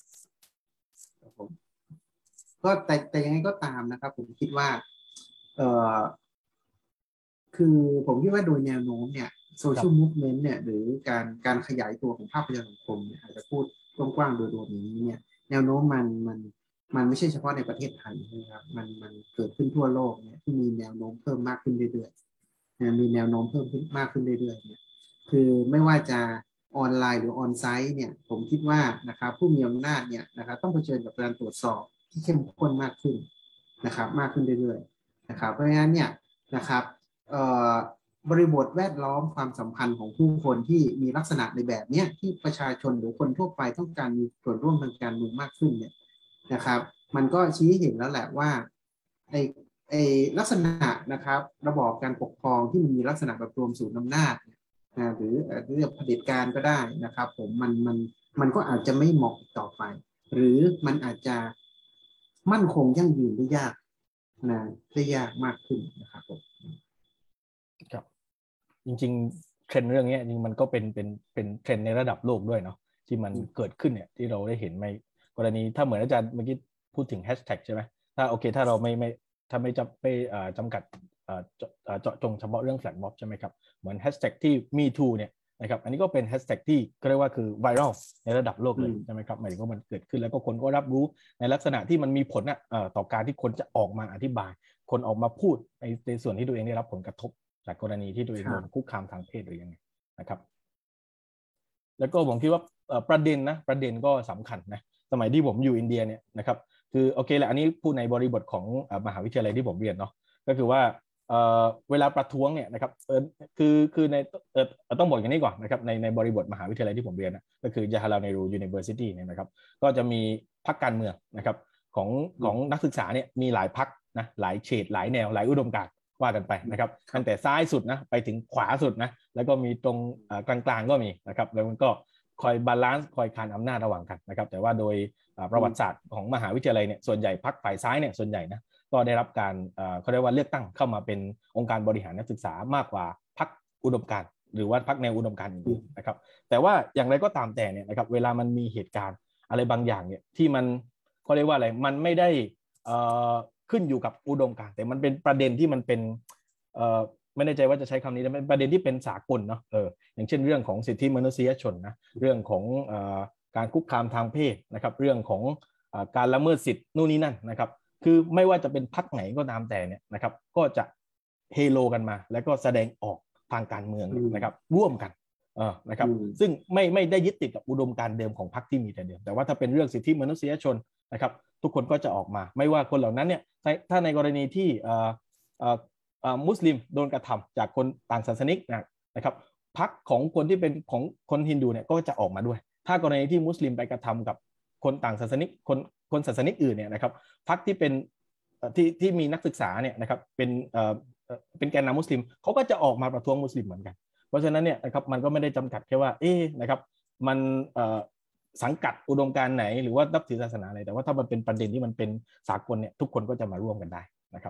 ก็แต่ยังไงก็ตามนะครับผมคิดว่าคือผมคิดว่าโดยแนวโน้มเนี่ยโซเชียลมูฟเมนต์เนี่ยหรือการขยายตัวของภาพประชาสังคมเนี่ยอาจจะพูดกว้างๆโดยรวมอย่างนี้เนี่ยแนวโน้มมันไม่ใช่เฉพาะในประเทศไทยนะครับมันเกิดขึ้นทั่วโลกเนี่ยที่มีแนวโน้มเพิ่มมากขึ้นเรื่อยๆมีแนวโน้มเพิ่มขึ้นมากขึ้นเรื่อยๆเนี่ยคือไม่ว่าจะออนไลน์หรือออนไซต์เนี่ยผมคิดว่านะครับผู้มีอำนาจเนี่ยนะครับต้องเผชิญกับการตรวจสอบที่เข้มข้นมากขึ้นนะครับมากขึ้นเรื่อยๆนะครับเพราะฉะนั้นเนี่ยนะครับบริบทแวดล้อมความสัมพันธ์ของผู้คนที่มีลักษณะในแบบนี้ที่ประชาชนหรือคนทั่วไปต้องการมีส่วนร่วมทางการเมืองมากขึ้นเนี่ยนะครับมันก็ชี้เห็นแล้วแหละว่าไอลักษณะนะครับระบอบการปกครองที่มันมีลักษณะแบบรวมศูนย์อำนาจหรือเรียกเผด็จการก็ได้นะครับผมมันก็อาจจะไม่เหมาะต่อไปหรือมันอาจจะมั่นคงยั่งยืนได้ยากได้ยากมากขึ้นนะครับผมครับจริงๆเทรนด์เรื่องนี้จริงมันก็เป็นเทรนด์ในระดับโลกด้วยเนาะที่มันเกิดขึ้นเนี่ยที่เราได้เห็นไม่กรณีถ้าเหมือนอาจารย์เมื่อกี้พูดถึงแฮชแท็กใช่ไหมถ้าโอเคถ้าเราไม่ถ้าไม่จำกัดเจาะจงเฉพาะเรื่องแฟลตม็อบใช่ไหมครับเหมือนแฮชแท็กที่ Me Too เนี่ยนะครับอันนี้ก็เป็นแฮชแท็กที่เรียกว่าคือไวรัลในระดับโลกเลยใช่ไหมครับหมายถึงว่ามันเกิดขึ้นแล้วก็คนก็รับรู้ในลักษณะที่มันมีผลต่อการที่คนจะออกมาอธิบายคนออกมาพูดในส่วนที่ตัวเองได้รับผลกระทบจากกรณีที่ตัวเองโดนคุกคามทางเพศหรือยังไงนะครับแล้วก็ผมคิดว่าประเด็นก็สำคัญนะสมัยที่ผมอยู่อินเดียเนี่ยนะครับคือโอเคแหละอันนี้พูดในบริบทของมหาวิทยาลัยที่ผมเรียนเนาะก็คือว่าเวลาประท้วงเนี่ยนะครับคือในต้องบอกอย่างนี้ก่อนนะครับในบริบทมหาวิทยาลัยที่ผมเรียนนะก็คือ Jawaharlal Nehru University เนี่ยนะครับก็จะมีพรรคการเมืองนะครับของนักศึกษาเนี่ยมีหลายพรรคนะหลายเฉดหลายแนวหลายอุดมการณ์ว่ากันไปนะครับตั้งแต่ซ้ายสุดนะไปถึงขวาสุดนะแล้วก็มีตรงกลางๆก็มีนะครับแล้วมันก็คอยบาลานซ์คอยคานอำนาจระหว่างกันนะครับแต่ว่าโดยประวัติศาสตร์ของมหาวิทยาลัยเนี่ยส่วนใหญ่พรรคฝ่ายซ้ายเนี่ยส่วนใหญ่นะก็ได้รับการเขาเรียกว่าเลือกตั้งเข้ามาเป็นองค์การบริหารนักศึกษามากกว่าพรรคอุดมการณ์หรือว่าพรรคแนวอุดมการณ์อื่นๆนะครับแต่ว่าอย่างไรก็ตามแต่เนี่ยนะครับเวลามันมีเหตุการณ์อะไรบางอย่างเนี่ยที่มันเขาเรียกว่าอะไรมันไม่ได้ขึ้นอยู่กับอุดมการณ์แต่มันเป็นประเด็นที่มันเป็นไม่แน่ใจว่าจะใช้คำนี้แต่เป็นประเด็นที่เป็นสากลเนาะอย่างเช่นเรื่องของสิทธิมนุษยชนนะเรื่องของการคุกคามทางเพศนะครับเรื่องของการละเมิดสิทธินู่นนี่นั่นนะครับคือไม่ว่าจะเป็นพรรคไหนก็ตามแต่เนี่ยนะครับก็จะเฮโลกันมาแล้วก็แสดงออกทางการเมืองนะครับร่วมกันนะครับซึ่งไม่ได้ยึดติดกับอุดมการณ์เดิมของพรรคที่มีแต่เดิมแต่ว่าถ้าเป็นเรื่องสิทธิมนุษยชนนะครับทุกคนก็จะออกมาไม่ว่าคนเหล่านั้นเนี่ยถ้าในกรณีที่มุสลิมโดนกระทำจากคนต่างศาสนิกนะครับพรรคของคนที่เป็นของคนฮินดูเนี่ยก็จะออกมาด้วยถ้ากรณีที่มุสลิมไปกระทำกับคนต่างศาสนิกคนศาสนิกอื่นเนี่ยนะครับพรรคที่เป็นที่มีนักศึกษาเนี่ยนะครับเป็นแกนนำมุสลิมเขาก็จะออกมาประท้วงมุสลิมเหมือนกันเพราะฉะนั้นเนี่ยนะครับมันก็ไม่ได้จำกัดแค่ว่านะครับมันสังกัดอุดมการณ์ไหนหรือว่านับถือศาสนาอะไรแต่ว่าถ้ามันเป็นประเด็นที่มันเป็นสากลเนี่ยทุกคนก็จะมาร่วมกันได้นะครับ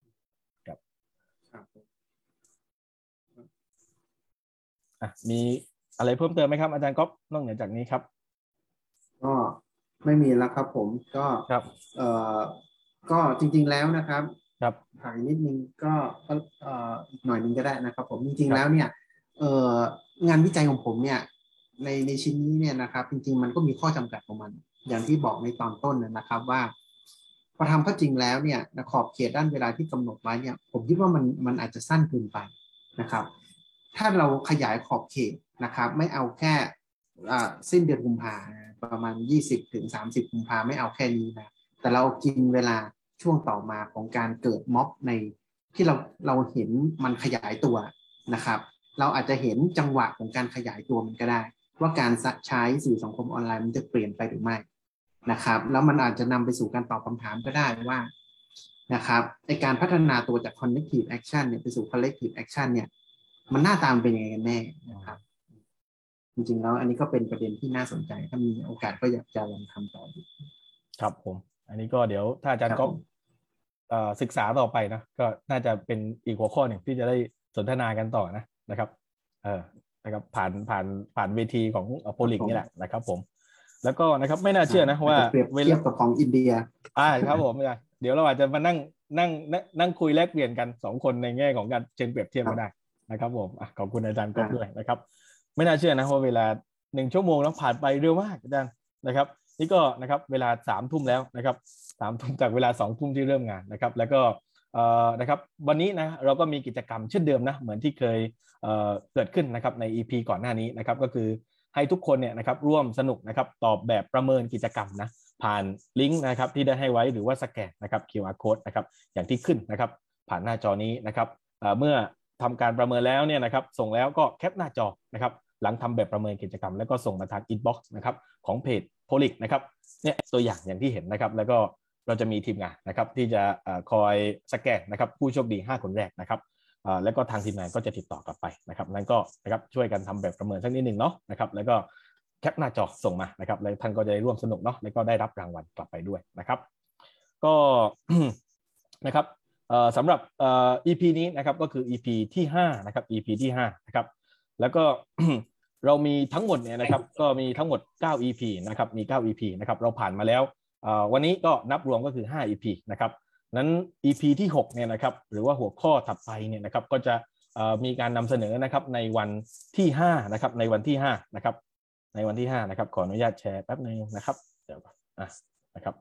มีอะไรเพิ่มเติมไหมครับอาจารย์ก๊อฟนอกเหนือจากนี้ครับก็ไม่มีแล้วครับผมก็ก็จริงๆแล้วนะครับถ่ายนิดนึงก็อีกหน่อยนึงก็ได้นะครับผมจริงๆแล้วเนี่ยงานวิจัยของผมเนี่ยในชิ้นนี้เนี่ยนะครับจริงๆมันก็มีข้อจำกัดของมันอย่างที่บอกในตอนต้นนะครับว่าพอทำเข้าจริงแล้วเนี่ยขอบเขตด้านเวลาที่กำหนดไว้เนี่ยผมคิดว่ามันอาจจะสั้นเกินไปนะครับถ้าเราขยายขอบเขตนะครับไม่เอาแค่สิ้นเดือนกุมภาประมาณ20-30กุมภาไม่เอาแค่นี้นะแต่เรากินเวลาช่วงต่อมาของการเกิดม็อบในที่เราเห็นมันขยายตัวนะครับเราอาจจะเห็นจังหวะของการขยายตัวมันก็ได้ว่าการใช้สื่อสังคมออนไลน์มันจะเปลี่ยนไปหรือไม่นะครับแล้วมันอาจจะนำไปสู่การตอบคำถามก็ได้ว่านะครับในการพัฒนาตัวจาก connective action เนี่ยไปสู่ collective action เนี่ยมันหน้าตาเป็นยังไงกันแน่นะครับจริงๆแล้วอันนี้ก็เป็นประเด็นที่น่าสนใจถ้ามีโอกาสก็อยากจะลองทำต่อดูครับผมอันนี้ก็เดี๋ยวถ้าอาจารย์ก็ศึกษาต่อไปนะก็น่าจะเป็นอีกหัวข้อหนึ่งที่จะได้สนทนากันต่อนะครับนะครับผ่านเวทีของโพลิกนี่แหละนะครับผมแล้วก็นะครับไม่น่าเชื่อนะว่าเปรียบเทียบกับของอินเดียครับผมเดี๋ยวเราอาจจะมานั่งคุยแลกเปลี่ยนกัน2คนในแง่ของการเชิงเปรียบเทียบก็ได้นะครับผมขอบคุณอาจารย์ก๊อฟด้วยนะครับไม่น่าเชื่อนะว่าเวลา1 ชั่วโมงแล้วผ่านไปเร็วมากอาจารย์นะครับนี่ก็นะครับเวลา3 ทุ่มแล้วนะครับ3 ทุ่มจากเวลา2 ทุ่มที่เริ่มงานนะครับแล้วก็นะครับวันนี้นะเราก็มีกิจกรรมเช่นเดิมนะเหมือนที่เคยเกิดขึ้นนะครับใน EP ก่อนหน้านี้นะครับก็คือให้ทุกคนเนี่ยนะครับร่วมสนุกนะครับตอบแบบประเมินกิจกรรมนะผ่านลิงก์นะครับที่ได้ให้ไว้หรือว่าสแกนนะครับ QR code นะครับอย่างที่ขึ้นนะครับผ่านหน้าจอนี้นะครับเมื่อทำการประเมินแล้วเนี่ยนะครับส่งแล้วก็แคปหน้าจอนะครับหลังทำแบบประเมินกิจกรรมแล้วก็ส่งมาทาง inbox นะครับของเพจโพลิกนะครับเนี่ยตัวอย่างที่เห็นนะครับแล้วก็เราจะมีทีมงานนะครับที่จะคอยสแกนนะครับผู้โชคดี5 คนแรกนะครับแล้วก็ทางทีมงานก็จะติดต่อกลับไปนะครับนั้นก็นะครับช่วยกันทำแบบประเมินสักนิดนึงเนาะนะครับแล้วก็แคปหน้าจอส่งมานะครับแล้วท่านก็จะได้ร่วมสนุกเนาะแล้วก็ได้รับรางวัลกลับไปด้วยนะครับก็ นะครับสำหรับEP นี้นะครับก็คือ EP ที่5นะครับ EP ที่5นะครับแล้วก็ เรามีทั้งหมดเนี่ยนะครับก็มีทั้งหมด9 EP นะครับมี9 EP นะครับเราผ่านมาแล้ววันนี้ก็นับรวมก็คือ5 EP นะครับนั้น EP ที่6เนี่ยนะครับหรือว่าหัวข้อถัดไปเนี่ยนะครับก็จะมีการนำเสนอนะครับในวันที่5นะครับในวันที่5นะครับในวันที่5นะครับขออนุญาตแชร์แป๊บนึงนะครับเดี๋ยวนะครับ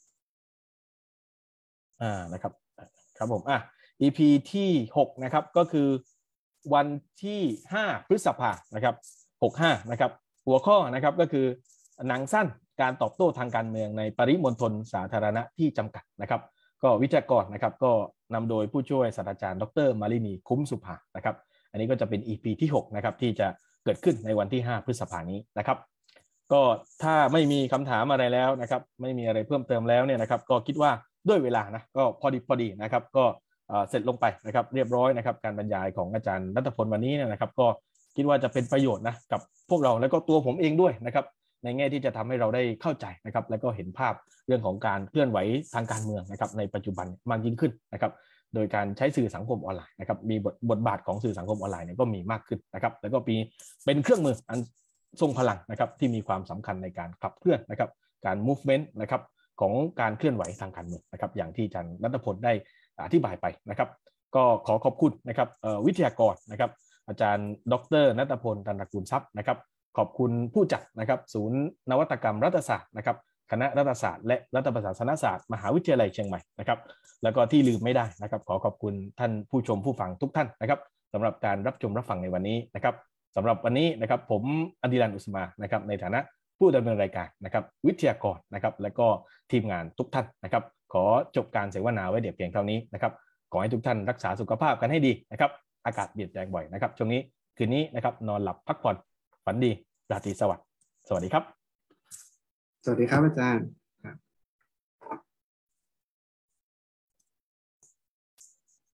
นะครับครับผมEP ที่6นะครับก็คือวันที่5 พฤษภาคมนะครับ65นะครับหัวข้อนะครับก็คือหนังสั้นการตอบโต้ทางการเมืองในปริมณฑลสาธารณะที่จำกัดนะครับก็วิทยากรนะครับก็นำโดยผู้ช่วยศาสตราจารย์ดรมาลินีคุ้มสุภานะครับอันนี้ก็จะเป็น EP ที่6นะครับที่จะเกิดขึ้นในวันที่5พฤษภาคมนี้นะครับก็ถ้าไม่มีคำถามอะไรแล้วนะครับไม่มีอะไรเพิ่มเติมแล้วเนี่ยนะครับก็คิดว่าด้วยเวลานะก็พอดีนะครับก็เสร็จลงไปนะครับเรียบร้อยนะครับการบรรยายของอาจารย์ณัฐพลวันนี้นะครับก็คิดว่าจะเป็นประโยชน์นะกับพวกเราและก็ตัวผมเองด้วยนะครับในแง่ที่จะทำให้เราได้เข้าใจนะครับและก็เห็นภาพเรื่องของการเคลื่อนไหวทางการเมืองนะครับในปัจจุบันมากยิ่งขึ้นนะครับโดยการใช้สื่อสังคมออนไลน์นะครับมีบทบาทของสื่อสังคมออนไลน์ก็มีมากขึ้นนะครับแล้วก็เป็นเครื่องมืออันทรงพลังนะครับที่มีความสำคัญในการขับเคลื่อนนะครับการ movement นะครับของการเคลื่อนไหวทางการเมืองนะครับอย่างที่อาจารย์ณัฐพลได้อธิบายไปนะครับก็ขอขอบคุณนะครับวิทยากรนะครับอาจารย์ดร.ณัฐพล ตันตระกูลทรัพย์นะครับขอบคุณผู้จัดนะครับศูนย์นวัตกรรมรัฐศาสตร์นะครับคณะรัฐศาสตร์และรัฐประศาสนศาสตร์มหาวิทยาลัยเชียงใหม่นะครับแล้วก็ที่ลืมไม่ได้นะครับขอขอบคุณท่านผู้ชมผู้ฟังทุกท่านนะครับสำหรับการรับชมรับฟังในวันนี้นะครับสำหรับวันนี้นะครับผมอดิรัน อุสมานะครับในฐานะผู้ดำเนินรายการนะครับวิทยากรนะครับและก็ทีมงานทุกท่านนะครับขอจบการเสวนาไว้เพียงเท่านี้นะครับขอให้ทุกท่านรักษาสุขภาพกันให้ดีนะครับอากาศเปลี่ยนแปลงบ่อยนะครับช่วงนี้คืนนี้นะครับนอนหลับพักผ่อนฝันดีราตรีสวัสดิ์สวัสดีครับสวัสดีครับอาจารย์